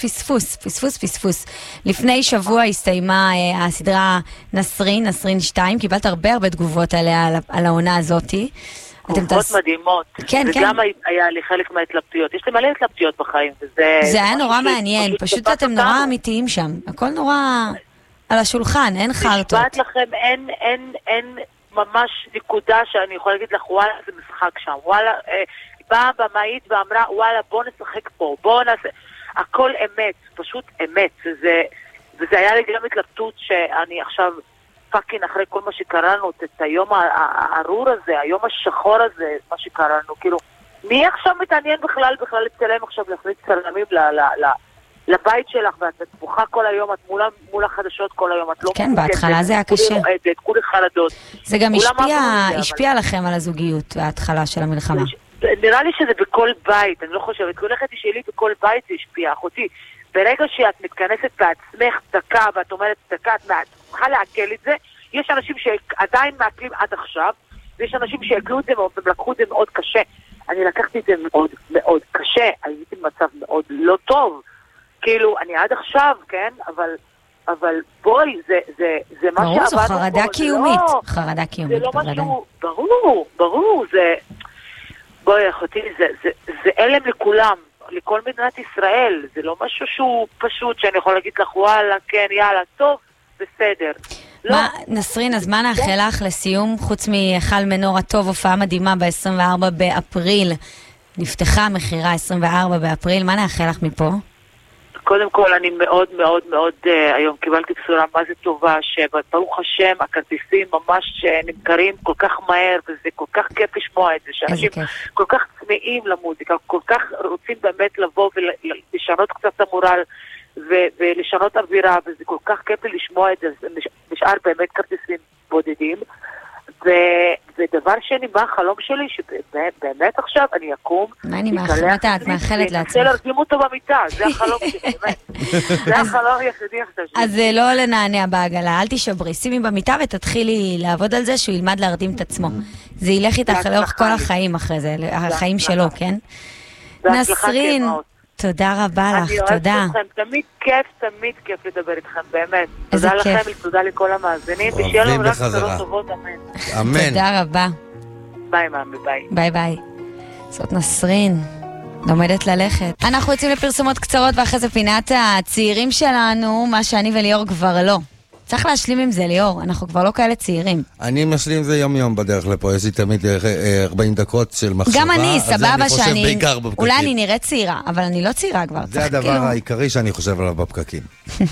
פספוס. לפני שבוע הסתיימה הסדרה נסרין 2, קיבלת הרבה תגובות עליה, על העונה הזאתי. תגובות מדהימות. כן. וגם היה לי חלק מההתלבטויות. יש לי מלא התלבטיות בחיים, וזה... זה היה נורא מעניין, פשוט אתם נורא אמיתיים שם. הכל נורא על השולחן, אין חרטות. נשבעת לכם, אין ממש נקודה שאני יכולה להגיד לך, וואלה, זה משחק שם. וואלה, באה במאית ואמרה, וואלה, בוא נשחק פה, בוא נעשה... הכל אמת, פשוט אמת. וזה היה לי גם התלבטות שאני עכשיו... פאקינג אחרי כל מה שקראנו, את היום הארור הזה, היום השחור הזה, מה שקראנו, כאילו, מי עכשיו מתעניין בכלל לצלם עכשיו, להכניס צלמים לבית שלך, ואת בוכה כל היום, את מול החדשות כל היום, את לא... כן, בהתחלה זה היה קשה. כולי חרדות. זה גם השפיע לכם על הזוגיות, ההתחלה של המלחמה. נראה לי שזה בכל בית, אני לא חושבת, כל אחד שלי בכל בית זה השפיע, אחותי. ברגע שאת מתכנסת בעצמך דקה, ואת אומרת דקה, את צריכה לעכל את זה, יש אנשים שעדיין מעכלים עד עכשיו, ויש אנשים שעכלו את זה והם לקחו את זה מאוד קשה. אני לקחתי את זה מאוד מאוד קשה, הייתי במצב מאוד לא טוב. כאילו, אני עד עכשיו, כן, אבל בואי, זה מה שעבדנו פה. ברור, זו חרדה קיומית. חרדה קיומית. זה לא משהו, ברור, זה... בואי, אחותי, זה אלם לכולם. לכל מדינת ישראל, זה לא משהו שהוא פשוט, שאני יכול להגיד לך, וואלה, כן, יאללה, טוב, בסדר. נסרין, אז מה נאחל לך לסיום, חוץ מחל מנור הטוב, הופעה מדהימה ב-24 באפריל, נפתחה המחירה 24 באפריל, מה נאחל לך מפה? קודם כל, אני מאוד מאוד מאוד, היום קיבלתי בשורה מה זה טובה, שברוך השם, הכרטיסים ממש נמכרים כל כך מהר, וזה כל כך כיף לשמוע את זה, שאנשים כל כך צמאים למוזיקה, כל כך רוצים באמת לבוא ולשנות קצת את המורל, ולשנות אווירה, וזה כל כך כיף לי לשמוע את זה, נשאר באמת כרטיסים בודדים, ודבר שני, מה החלום שלי, שבאמת עכשיו אני אקום, מה אני מאחלת? את מאחלת לעצמך. אני רוצה להרדים אותו במיטה, זה החלום שלי, באמת. זה החלום יחידי עכשיו שלי. אז לא לנענע בעגלה, אל תשברי, שימי במיטה ותתחילי לעבוד על זה שהוא ילמד להרדים את עצמו. זה ילך איתך לאורך כל החיים אחרי זה, החיים שלו, כן? נסרין, תודה רבה לך, תודה. אני אוהבת אתכם, תמיד כיף לדבר איתכם, באמת. תודה לכם, תודה לכל המאזינים, ושיהיה לנו רק תודות טובות, אמן. אמן. תודה רבה. ביי מאמי, ביי. ביי ביי. זאת נסרין, לומדת ללכת. אנחנו יוצאים לפרסומות קצרות, ואחרי זה פינת הצעירים שלנו, מה שאני וליאור כבר לא. צריך להשלים עם זה, ליאור, אנחנו כבר לא כאלה צעירים. אני משלים עם זה יום בדרך לפה, יש לי תמיד 40 דקות של מחשבה. גם אני, סבבה שאני, אולי אני נראית צעירה, אבל אני לא צעירה כבר. זה הדבר העיקרי שאני חושב עליו בפקקים.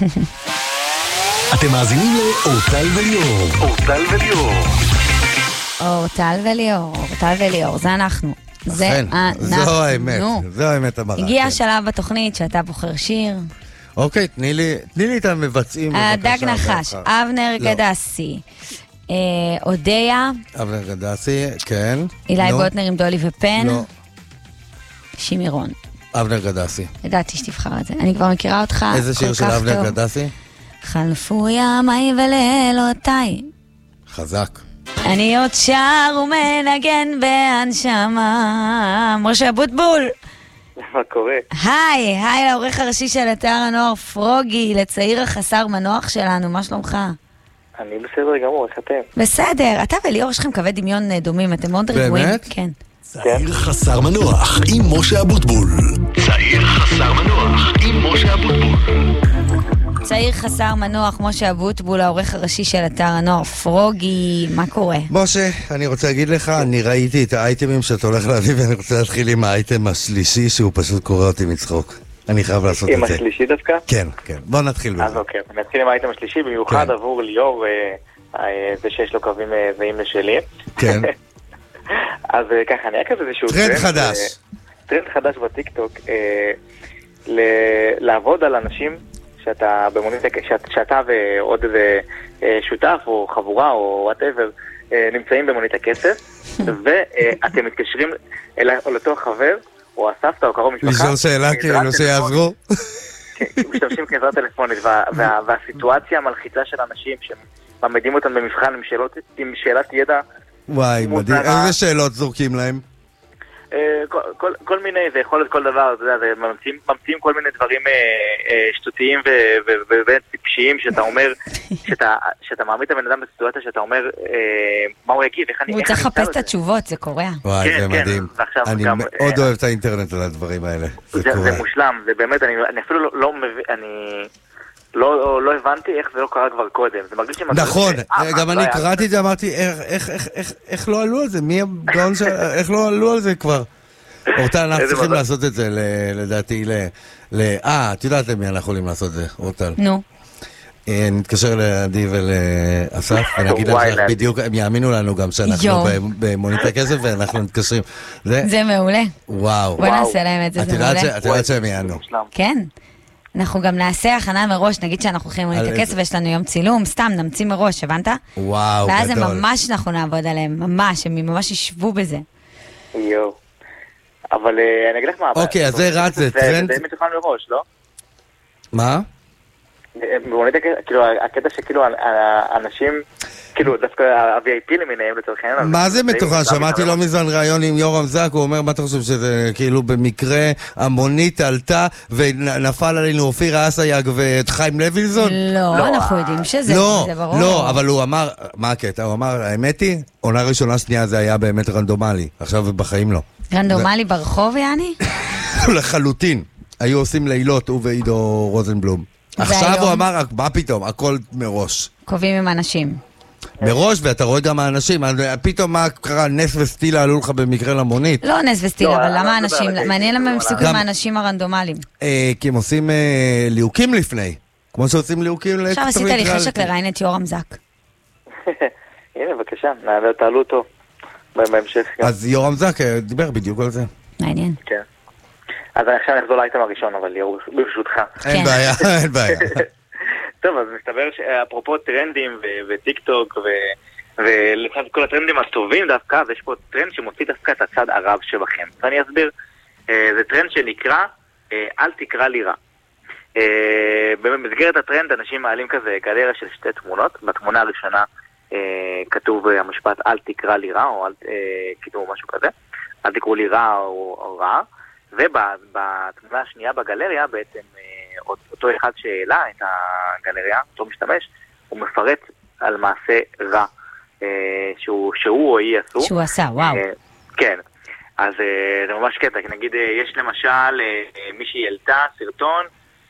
אתם מאזינים לאורטל וליאור. אורטל וליאור, זה אנחנו. זו האמת, זו האמת המראה. הגיע השלב בתוכנית שאתה בוחר שיר. אוקיי, תני לי את המבצעים. דג נחש, אבנר גדסי, אודיה. אבנר גדסי, כן. אילי בוטנר עם דולי ופן. לא. שימירון. אבנר גדסי. ידעתי שתבחר את זה. אני כבר מכירה אותך כל כך טוב. איזה שיר של אבנר גדסי? חלפו ימי ולילותיי. חזק. אני עוד שר ומנגן בהנשמה. משה אבוטבול. מה קורה? היי לעורך הראשי של אתר הנוער פרוגי, לצעיר החסר מנוח שלנו, מה שלומך? אני בסדר גמור, איך אתם? בסדר, אתה וליאור שלכם קווי דמיון דומים, אתם מאוד רגועים. באמת? כן. צעיר חסר מנוח עם משה אבוטבול. צעיר חסר מנוח עם משה אבוטבול. צעיר חסר מנוח, משה אבוטבול, העורך הראשי של אתר הנוער פרוגי, מה קורה? משה, אני רוצה להגיד לך, אני ראיתי את האייטמים שאתה הולך להביא, ואני רוצה להתחיל עם האייטם השלישי, שהוא פשוט קורא אותי מצחוק. אני חייב לעשות את זה. עם השלישי דווקא? כן. בוא נתחיל בזה. אז אוקיי, נתחיל עם האייטם השלישי, במיוחד עבור ליאור, זה שיש לו קווים זהים לשלי. כן. אז ככה, אני אקח איזשהו טרנד חדש. טרנד חדש בטיקטוק, לעבוד על אנשים שאתה ועוד איזה שותף או חבורה או whatever נמצאים במונית הכסף, ואתם מתקשרים אל אותו חבר או הסבתא או קרוב משפחה. לשאול שאלה כאילו שיעזרו. משתמשים כעזרה טלפונית, והסיטואציה המלחיצה של אנשים שמעמידים אותם במבחן עם שאלת ידע. וואי, מדהים. איזה שאלות זורקים להם? כל מיני, זה יכול להיות כל דבר, ממציאים כל מיני דברים שטותיים וטיפשיים שאתה אומר, שאתה מעמיד את הבן אדם בסיטואציה שאתה אומר מה הוא יגיד, איך אני... הוא צריך לחפש את התשובות, זה קורה. וואי, זה מדהים. אני מאוד אוהב את האינטרנט על הדברים האלה. זה מושלם, זה באמת, אני אפילו לא מבין, לא הבנתי איך זה לא קרה כבר קודם. נכון, גם אני קראתי את זה, אמרתי, איך לא עלו על זה? מי הגאון איך לא עלו על זה כבר? אורטל, אנחנו צריכים לעשות את זה, לדעתי, את יודעת למי אנחנו יכולים לעשות את זה, אורטל. נו. נתקשר לעדי ולאסף, ונגיד להם בדיוק, הם יאמינו לנו גם שאנחנו במונית הכסף, ואנחנו מתקשרים. זה מעולה. וואו. בוא נעשה להם את זה, זה מעולה. את יודעת שהם יענו. כן. אנחנו גם נעשה הכנה מראש, נגיד שאנחנו הולכים למונית הכסף ויש לנו יום צילום, סתם נמציא מראש, הבנת? וואו, גדול. ואז הם ממש אנחנו נעבוד עליהם, ממש, הם ממש ישבו בזה. יואו. אבל אני אגיד לך מה... אוקיי, אז זה רץ, זה טרנד... זה מתוכן מראש, לא? מה? כאילו, הקטע שכאילו אנשים, כאילו דווקא ה-VIP למיניהם לצורך העניין. מה זה מתוכן? שמעתי לא מזמן ראיון עם יורם זק, הוא אומר, מה אתה חושב שזה כאילו במקרה המונית עלתה ונפל עלינו אופיר אסייג ואת חיים לוילזון? לא, אנחנו יודעים שזה ברור. לא, אבל הוא אמר, מה הקטע? הוא אמר, האמת היא, עונה ראשונה שנייה זה היה באמת רנדומלי, עכשיו בחיים לא. רנדומלי ברחוב, יעני? לחלוטין. היו עושים לילות, הוא ועידו רוזנבלום. עכשיו הוא אמר, מה פתאום? הכל מראש. קובעים עם אנשים. מראש, ואתה רואה גם האנשים. פתאום מה קרה? נס וסטילה עלו לך במקרה למונית? לא נס וסטילה, אבל למה האנשים? מעניין למה הם הפסיקו עם האנשים הרנדומליים. כי הם עושים ליהוקים לפני. כמו שעושים ליהוקים עכשיו עשית לי חשק לראיין את יורם זק. הנה, בבקשה, תעלו אותו בהמשך. אז יורם זק דיבר בדיוק על זה. מעניין. כן. אז אני עכשיו נחזור לאייטם הראשון, אבל ליאור, ברשותך. אין בעיה, אין בעיה. טוב, אז מסתבר שאפרופו טרנדים וטיק טוק ולצד כל הטרנדים הטובים דווקא, אז יש פה טרנד שמוציא דווקא את הצד הרב שבכם. ואני אסביר, זה טרנד שנקרא אל תקרא לי רע. במסגרת הטרנד אנשים מעלים כזה גלריה של שתי תמונות. בתמונה הראשונה כתוב המשפט אל תקרא לי רע, או כאילו משהו כזה, אל תקראו לי רע או רע. ובתמונה השנייה בגלריה בעצם אותו אחד שהעלה את הגלריה, אותו משתמש, הוא מפרט על מעשה רע שהוא או היא עשו. שהוא עשה, וואו. כן, אז זה ממש קטע, נגיד יש למשל מישהי העלתה סרטון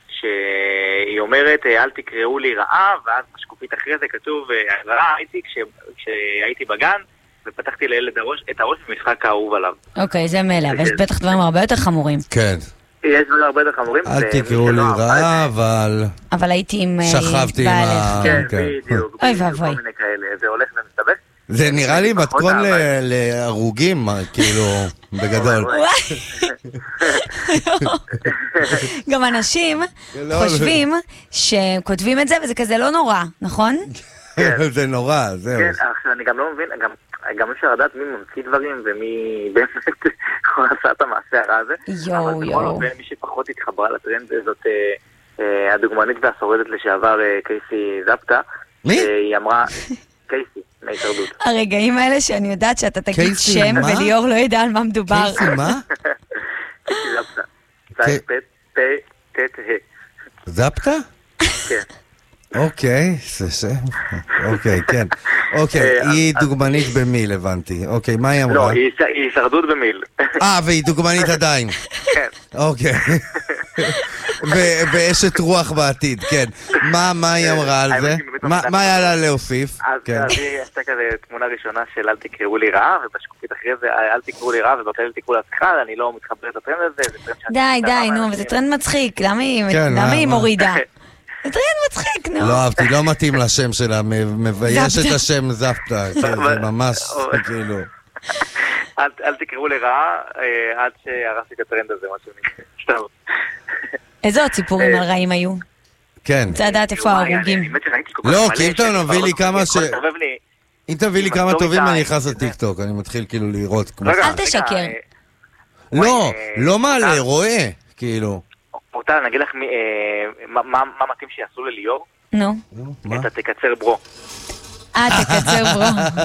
שהיא אומרת אל תקראו לי רעה, ואז בשקופית אחרי זה כתוב רעה הייתי כשהייתי בגן ופתחתי לילד את הראש במשחק האהוב עליו. אוקיי, זה מלא, ויש בטח דברים הרבה יותר חמורים. כן. יש דברים הרבה יותר חמורים. אל תקראו לי רע, אבל הייתי עם... שכבתי עם ה... כן, בדיוק. אוי ואבוי. זה הולך ומסתבך. זה נראה לי מתכון להרוגים, כאילו, בגדול. גם אנשים חושבים שכותבים את זה וזה כזה לא נורא, נכון? זה נורא, זהו. כן, עכשיו אני גם לא מבין, גם אפשר לדעת מי ממציא דברים ומי באמת עשה את המעשה הרע הזה. אבל מי שפחות התחברה לטרנד הזאת, הדוגמנית והשורדת לשעבר קייסי זפטה. מי? היא אמרה, קייסי, מהישרדות. הרגעים האלה שאני יודעת שאתה תגיד שם וליאור לא ידע על מה מדובר. קייסי מה? קייסי זפטה. זפטה? כן. אוקיי, זה שם. אוקיי, כן. אוקיי, היא דוגמנית במיל, הבנתי. אוקיי, מה היא אמרה? לא, היא הישרדות במיל. והיא דוגמנית עדיין. כן. אוקיי. ואשת רוח בעתיד, כן. מה היא אמרה על זה? מה היה לה להוסיף? אז היא עשתה כזה תמונה ראשונה של אל תקראו לי רעה, ובשקופית אחרי זה אל תקראו לי רעה, ובכלל תקראו לעצמך, אני לא מתחבר לטרנד הזה. די, נו, וזה טרנד מצחיק, למה היא מורידה? זה טרנד מצחיק, נו. לא אהבתי, לא מתאים לשם שלה, מבייש את השם זפטה, זה ממש, כאילו. אל תקראו לי רעה, עד שהרסתי את הטרנד הזה, משהו נשאר. איזה עוד סיפורים על רעים היו? כן. רוצה לדעת איפה ההרוגים. לא, כי אם אתה מביא לי כמה אם תביא לי כמה טובים אני נכנס לטיקטוק, אני מתחיל כאילו לראות כמו... אל תשקר. לא מעלה, רואה, כאילו. אורטל, אני אגיד לך מה מתאים שיעשו לליאור? נו. אתה תקצר ברו. תקצר ברו.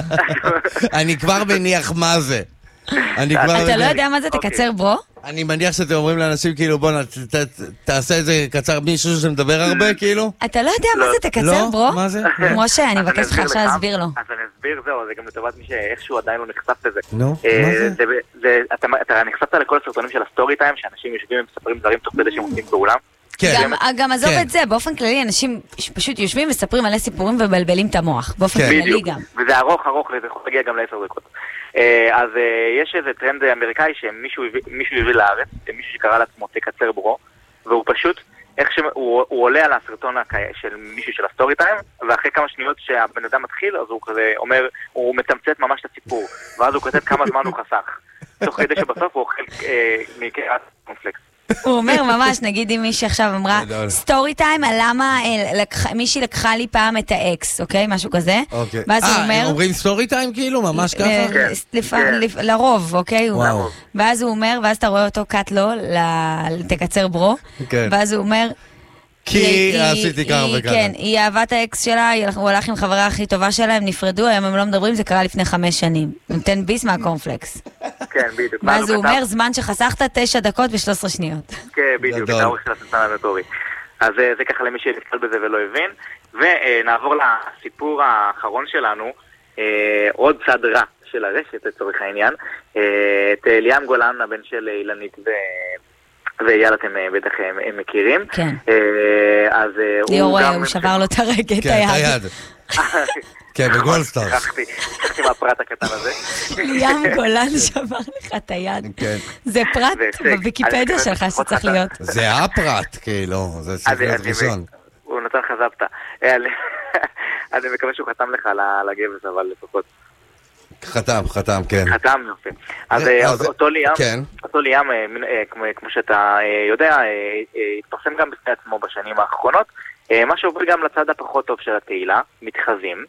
אני כבר מניח מה זה. אתה לא יודע מה זה תקצר ברו? אני מניח שאתם אומרים לאנשים כאילו בוא תעשה את זה קצר מישהו שמדבר הרבה כאילו? אתה לא יודע מה זה תקצר ברו? מה זה? משה, אני מבקש לך עכשיו להסביר לו. אז אני אסביר, זהו, זה גם לטובת מי שאיכשהו עדיין לא נחשף לזה. נו, מה זה? אתה נחשפת לכל הסרטונים של הסטורי טיים, שאנשים יושבים ומספרים דברים תוך כדי שהם עושים באולם. גם עזוב את זה, באופן כללי אנשים פשוט יושבים ומספרים מלא סיפורים ובלבלים את המוח, באופן כללי גם. וזה ארוך וזה יכול להגיע גם ל10 דקות. אז יש איזה טרנד אמריקאי שמישהו הביא לארץ, מישהו שקרא לעצמו תקצר ברו, והוא פשוט, איך שהוא עולה על הסרטון של מישהו של הסטורי טיים, ואחרי כמה שניות שהבן אדם מתחיל, אז הוא כזה אומר, הוא מתמצת ממש את הסיפור, ואז הוא כותב כמה זמן הוא חסך, תוך כדי שבסוף הוא אוכל מקראת קונפלקס. הוא אומר ממש, נגיד אם מישהי עכשיו אמרה סטורי טיים על למה מישהי לקחה לי פעם את האקס, אוקיי? משהו כזה. ואז הוא אומר... אומרים סטורי טיים כאילו? ממש ככה? לרוב, אוקיי? ואז הוא אומר, ואז אתה רואה אותו קאט לו, תקצר ברו, ואז הוא אומר... כי עשיתי ככה וככה. כן, היא אהבה את האקס שלה, הוא הלך עם חברה הכי טובה שלה, הם נפרדו, היום הם לא מדברים, זה קרה לפני 5 שנים. נותן ביס מהקורנפלקס. כן, בדיוק. ואז הוא אומר, זמן שחסכת 9 דקות ו13 שניות. כן, בדיוק, את האורך של הסרטן המטורי. אז זה ככה למי שנתקל בזה ולא הבין. ונעבור לסיפור האחרון שלנו, עוד צד רע של הרשת, לצורך העניין. את ליאם גולן, הבן של אילנית ואייל, אתם בטח מכירים. כן. אז ליאור, הוא שבר לו את הרגל, את היד. כן, בגולדסטאר. שכחתי מהפרט הקטן הזה. ליאם גולן שבר לך את היד. זה פרט בוויקיפדיה שלך שצריך להיות. זה הפרט, כאילו, זה צריך להיות ראשון. הוא נותן לך זפטה. אני מקווה שהוא חתם לך על הגבס, אבל לפחות. חתם, כן. חתם, יופי. אז אותו ליאם, כמו שאתה יודע, התפרסם גם בפני עצמו בשנים האחרונות, מה שעובר גם לצד הפחות טוב של התהילה, מתחזים.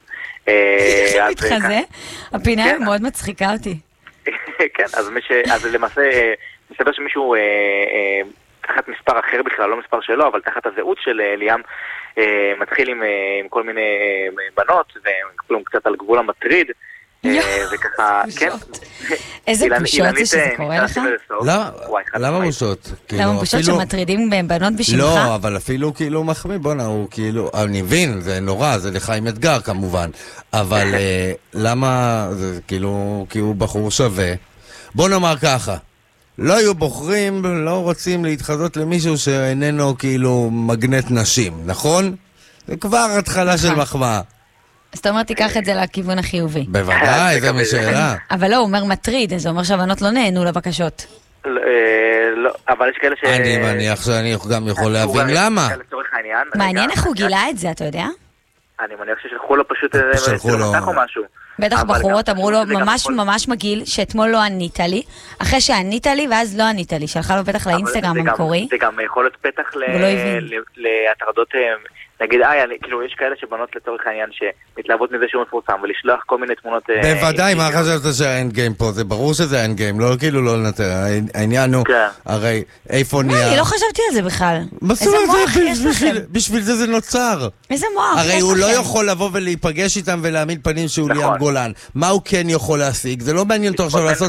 מתחזה? הפינה מאוד מצחיקה אותי. כן, אז למעשה, מסתבר שמישהו תחת מספר אחר בכלל, לא מספר שלו, אבל תחת הזהות של ליאם, מתחיל עם כל מיני בנות, וכלום קצת על גבול המטריד, וככה, כן. איזה בושות זה שזה קורה לך? למה בושות? למה בושות שמטרידים בנות בשמך? לא, אבל אפילו כאילו מחמיא, בונה, הוא כאילו, אני מבין, זה נורא, זה לחיים אתגר כמובן, אבל למה, זה כאילו, כי הוא בחור שווה. בוא נאמר ככה, לא היו בוחרים, לא רוצים להתחזות למישהו שאיננו כאילו מגנט נשים, נכון? זה כבר התחלה של מחמאה. אז אתה אומר, תיקח את זה לכיוון החיובי. בוודאי, זה משאלה. אבל לא, הוא אומר מטריד, אז הוא אומר שהבנות לא נהנו לבקשות. לא, אבל יש כאלה ש... אני מניח שאני גם יכול להבין למה. מעניין איך הוא גילה את זה, אתה יודע? אני מניח ששלחו לו פשוט איזה מסך או משהו. בטח בחורות אמרו לו ממש ממש מגעיל שאתמול לא ענית לי, אחרי שענית לי ואז לא ענית לי, שלחה לו בטח לאינסטגרם המקורי. זה גם יכול להיות פתח להטרדות, נגיד, כאילו יש כאלה שבנות לצורך העניין שמתלהבות מזה שהוא מפורסם ולשלוח כל מיני תמונות. בוודאי, מה חשבת שהאנד גיים פה? זה ברור שזה האנד גיים, לא כאילו לא לנטר, העניין הוא, הרי איפה נהיה... אני לא חשבתי על זה בכלל. איזה מוח יש לכם? בשביל זה נוצר. איזה מוח יש לכם? הרי הוא לא יכול לבוא ולהיפגש איתם ולהעמיד פנים שהוא ליאם גולן. מה הוא כן יכול להשיג? זה לא מעניין אותו עכשיו לעשות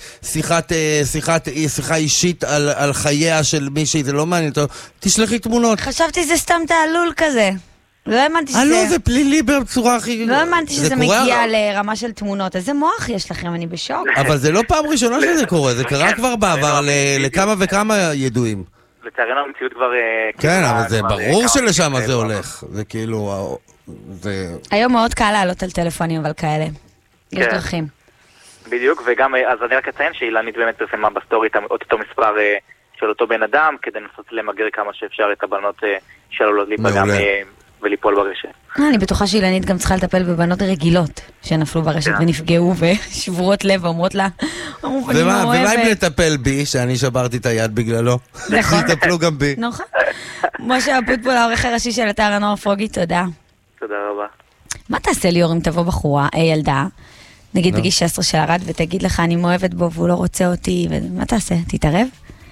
שיחה אישית על חייה של מישהי, זה לא מעניין אותו. תשלחי תמונות. חשבתי זה סתם תעלול כזה. לא האמנתי שזה... לא, זה פלילי בצורה הכי... לא האמנתי שזה מגיע לרמה של תמונות. איזה מוח יש לכם, אני בשוק. אבל זה לא פעם ראשונה שזה קורה, זה קרה כבר בעבר לכמה וכמה ידועים. לצערנו המציאות כבר... כן, אבל זה ברור שלשם זה הולך. זה כאילו... היום מאוד קל לעלות על טלפונים, אבל כאלה. יש דרכים. בדיוק, וגם, אז אני רק אציין שאילנית באמת פרסמה בסטורי אותו מספר של אותו בן אדם, כדי לנסות למגר כמה שאפשר את הבנות שעלולות להיפגע וליפול ברשת. אני בטוחה שאילנית גם צריכה לטפל בבנות רגילות שנפלו ברשת ונפגעו ושבורות לב ואומרות לה, ומה אם לטפל בי, שאני שברתי את היד בגללו? נכון. יטפלו גם בי. נכון. משה אבוטבול, העורך הראשי של אתר הנוער פרוגי, תודה. תודה רבה. מה תעשה ליאור אם תבוא בחורה, ילדה, נגיד בגיל 16 של הרד, ותגיד לך אני מאוהבת בו והוא לא רוצה אותי, מה תעשה? תתערב?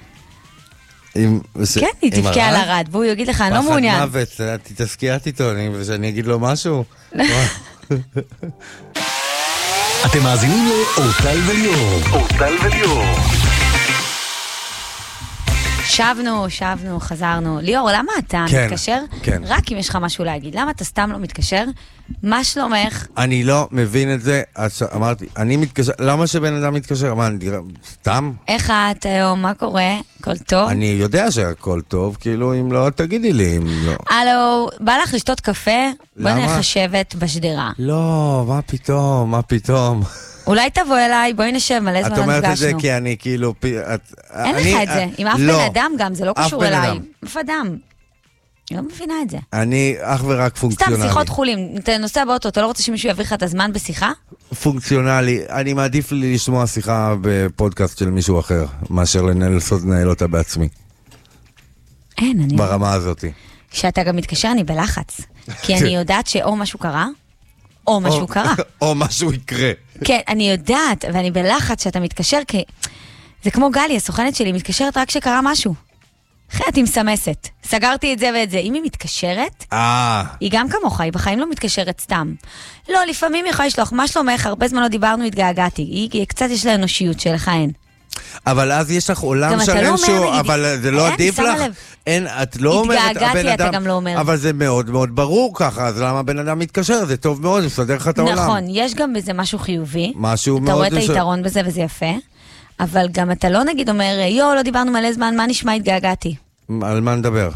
כן, היא תבכה על הרד, והוא יגיד לך, אני לא מעוניין. פחד מוות, תתעסקיית איתו, שאני אגיד לו משהו. אתם מאזינים לאורטל וליאור. אורטל וליאור. שבנו, חזרנו. ליאור, למה אתה מתקשר? רק אם יש לך משהו להגיד. למה אתה סתם לא מתקשר? מה שלומך? אני לא מבין את זה. אמרתי, אני מתקשר, למה שבן אדם מתקשר? מה, סתם? איך את היום? מה קורה? הכל טוב? אני יודע שהכל טוב, כאילו, אם לא, תגידי לי, אם לא. הלו, בא לך לשתות קפה? בוא נלך לשבת בשדרה. לא, מה פתאום? אולי תבוא אליי, בואי נשב, מלא זמן נפגשנו. את אומרת את זה כי אני כאילו... אין לך את זה, עם אף בן אדם גם, זה לא קשור אליי. אף אדם. אני לא מבינה את זה. אני אך ורק פונקציונלי. סתם שיחות חולים, אתה נוסע באוטו, אתה לא רוצה שמישהו יביא לך את הזמן בשיחה? פונקציונלי, אני מעדיף לי לשמוע שיחה בפודקאסט של מישהו אחר, מאשר לנהל אותה בעצמי. אין, אני... ברמה הזאת. כשאתה גם מתקשר, אני בלחץ. כי אני יודעת שאו משהו קרה, או משהו קרה. או משהו יקרה. כן, אני יודעת, ואני בלחץ שאתה מתקשר, כי זה כמו גלי, הסוכנת שלי, מתקשרת רק שקרה משהו. אחרת היא מסמסת. סגרתי את זה ואת זה. אם היא מתקשרת, היא גם כמוך, היא בחיים לא מתקשרת סתם. לא, לפעמים היא יכולה לשלוח, מה שלומך? הרבה זמן לא דיברנו, התגעגעתי. היא קצת יש לה אנושיות שלך אין. אבל אז יש לך עולם שלם שהוא, אבל זה לא עדיף לך? אין, את לא אומרת, התגעגעתי, אתה גם לא אומר. אבל זה מאוד מאוד ברור ככה, אז למה בן אדם מתקשר? זה טוב מאוד, מסדר לך את העולם. נכון, יש גם בזה משהו חיובי. משהו מאוד... אתה רואה את היתרון בזה וזה יפה. אבל גם אתה לא נגיד אומר, לא דיברנו מלא זמן, מה נשמע התגעגעתי? על מה נדבר?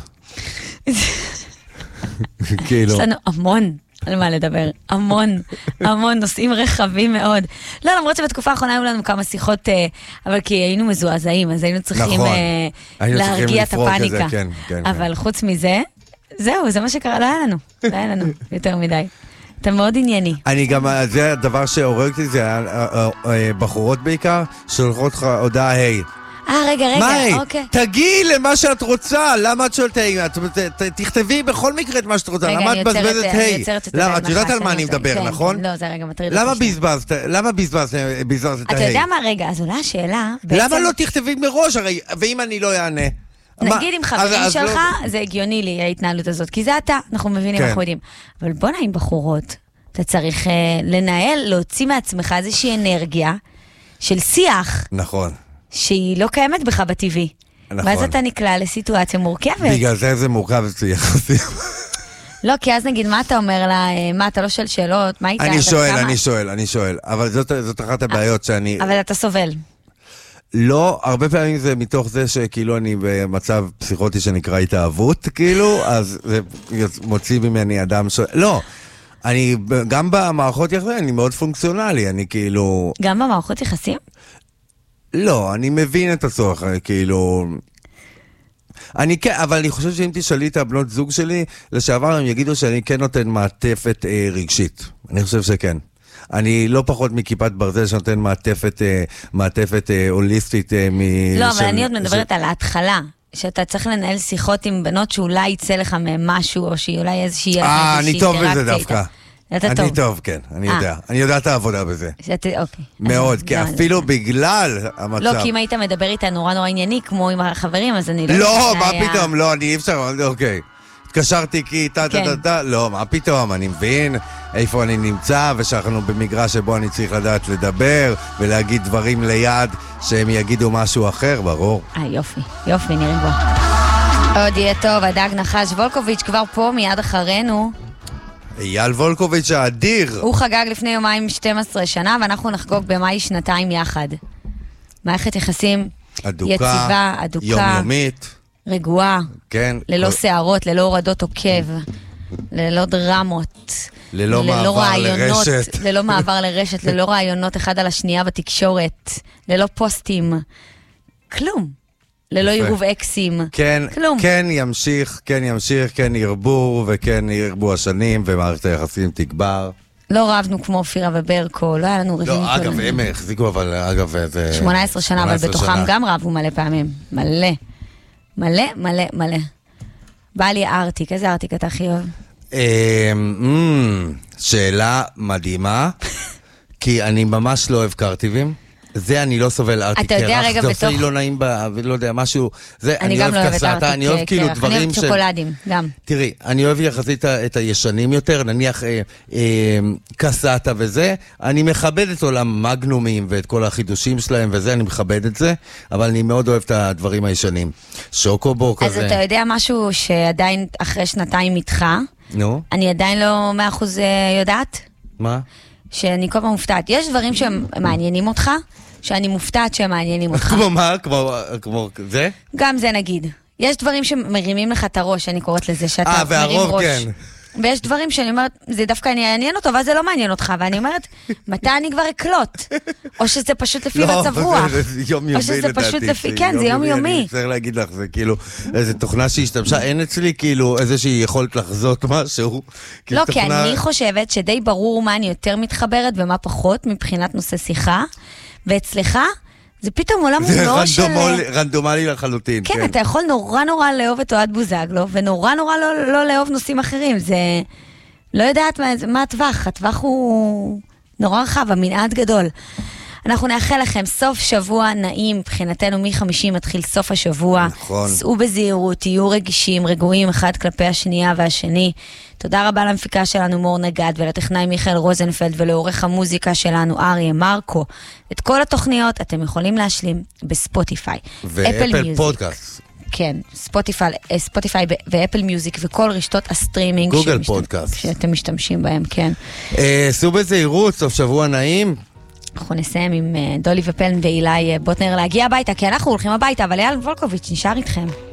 כאילו. יש לנו המון על מה לדבר, המון נושאים רחבים מאוד. לא, למרות שבתקופה האחרונה היו לנו כמה שיחות, אבל כי היינו מזועזעים, אז היינו צריכים להרגיע את הפאניקה. אבל חוץ מזה, זהו, זה מה שקרה, לא היה לנו יותר מדי. אתה מאוד ענייני. אני גם, זה הדבר שהורגתי, זה בחורות בעיקר, שולחות לך הודעה, היי. רגע, אוקיי. תגיעי למה שאת רוצה, למה את שואלת היי? תכתבי בכל מקרה את מה שאת רוצה, למה את בזבזת היי? למה, את יודעת על מה אני מדבר, נכון? לא, זה רגע מטריד. למה בזבזת את אתה ההי? יודע מה, רגע, אז עולה השאלה... למה לא תכתבי מראש, הרי, ואם אני לא אענה? נגיד עם חברים שלך, זה הגיוני לי ההתנהלות הזאת, כי זה אתה, אנחנו מבינים, אנחנו יודעים. אבל בוא נעים בחורות, אתה צריך לנהל, להוציא מעצמך איזושהי אנרגיה של שיח. נכון. שהיא לא קיימת בך בטבעי. נכון. ואז אתה נקלע לסיטואציה מורכבת. בגלל זה מורכב אצלי יחסים. לא, כי אז נגיד, מה אתה אומר לה, מה, אתה לא שואל שאלות, מה איתה? אני שואל, אבל זאת אחת הבעיות שאני... אבל אתה סובל. לא, הרבה פעמים זה מתוך זה שכאילו אני במצב פסיכוטי שנקרא התאהבות, כאילו, אז זה מוציא ממני אדם לא, אני גם במערכות יחסים, אני מאוד פונקציונלי, אני כאילו... גם במערכות יחסים? לא, אני מבין את הצורך, כאילו... אבל אני חושב שאם תשאלי את הבנות זוג שלי, לשעבר הם יגידו שאני כן נותן מעטפת רגשית. אני חושב שכן. אני לא פחות מכיפת ברזל שנותן מעטפת הוליסטית לא, אבל אני עוד מדברת על ההתחלה. שאתה צריך לנהל שיחות עם בנות שאולי יצא לך משהו, או שאולי איזושהי אינטראקציה. אני טוב בזה דווקא. אני טוב, כן, אני יודע. אני יודע את העבודה בזה. אוקיי. מאוד, כי אפילו בגלל המצב. לא, כי אם היית מדבר איתה נורא ענייני, כמו עם החברים, אז אני לא, מה פתאום, לא, אני אי אפשר, אוקיי. התקשרתי כי לא, מה פתאום, אני מבין איפה אני נמצא, ושאנחנו במגרש שבו אני צריך לדעת לדבר, ולהגיד דברים ליד, שהם יגידו משהו אחר, ברור. יופי, נראים בו. עוד יהיה טוב, הדג נחש וולקוביץ' כבר פה מיד אחרינו. אייל וולקוביץ' האדיר. הוא חגג לפני יומיים 12 שנה, ואנחנו נחגוג במאי שנתיים יחד. מערכת יחסים יציבה, אדוקה, יומיומית. רגועה, כן. ללא שערות, ללא הורדות עוקב, ללא דרמות, ללא מעבר לרשת, ללא מעבר לרשת, ללא רעיונות אחד על השנייה בתקשורת, ללא פוסטים, כלום, ללא עירוב אקסים, כלום. כן ימשיך, כן ירבו, וכן ירבו השנים, ומערכת היחסים תגבר. לא רבנו כמו אופירה וברקו, לא היה לנו רבים. לא, אגב, הם החזיקו, אבל אגב, 18 שנה, אבל בתוכם גם רבו מלא פעמים, מלא. בא לי ארטיק, איזה ארטיק אתה הכי אוהב? שאלה מדהימה, כי אני ממש לא אוהב קרטיבים. זה אני לא סובל ארטיק. אתה יודע רגע בתוך... זה עושה לי לא נעים, לא יודע, משהו... אני גם לא אוהבת ארטיק. אני אוהב כאילו דברים אני אוהב שוקולדים, גם. תראי, אני אוהב יחסית את הישנים יותר, נניח קסטה וזה, אני מכבד את עולם מגנומים ואת כל החידושים שלהם וזה, אני מכבד את זה, אבל אני מאוד אוהב את הדברים הישנים. שוקובו כזה. אז אתה יודע משהו שעדיין אחרי שנתיים איתך, נו? אני עדיין לא 100% יודעת? מה? שאני כל פעם מופתעת. יש דברים שמעניינים אותך, שאני מופתעת שהם מעניינים אותך. כמו מה? כמו זה? גם זה נגיד. יש דברים שמרימים לך את הראש, אני קוראת לזה, שאתה מרים ראש. כן. ויש דברים שאני אומרת, זה דווקא אני אעניין אותו, ואז זה לא מעניין אותך, ואני אומרת, מתי אני כבר אקלוט? או שזה פשוט לפי מצב רוח. זה יומיומי לדעתי. או שזה פשוט לפי, כן, זה יומיומי. אני צריך להגיד לך, זה כאילו, איזו תוכנה שהשתמשה, אין אצלי כאילו איזושהי יכולת לחזות משהו. לא, כי אני חושבת שדי ברור מה אני יותר מתחברת ומה פחות מבחינת נושא שיחה, ואצלך זה פתאום עולם מולו של... זה רנדומלי לחלוטין. כן, אתה יכול נורא לאהוב את אוהד בוזגלו, ונורא לא לאהוב נושאים אחרים. זה... לא יודעת מה הטווח. הטווח הוא נורא רחב, המנעד גדול. אנחנו נאחל לכם סוף שבוע נעים, מבחינתנו מ-50 מתחיל סוף השבוע. נכון. סעו בזהירות, תהיו רגישים, רגועים אחד כלפי השנייה והשני. תודה רבה למפיקה שלנו מור נגד, ולטכנאי מיכאל רוזנפלד, ולעורך המוזיקה שלנו אריה מרקו. את כל התוכניות אתם יכולים להשלים בספוטיפיי. ואפל פודקאסט. כן, ספוטיפיי ואפל מיוזיק וכל רשתות הסטרימינג. גוגל פודקאסט. שאתם משתמשים בהם, כן. סעו בזהירות, סוף שבוע נעים. אנחנו נסיים עם דולי ופלן ואילי בוטנר להגיע הביתה, כי אנחנו הולכים הביתה, אבל אייל וולקוביץ' נשאר איתכם.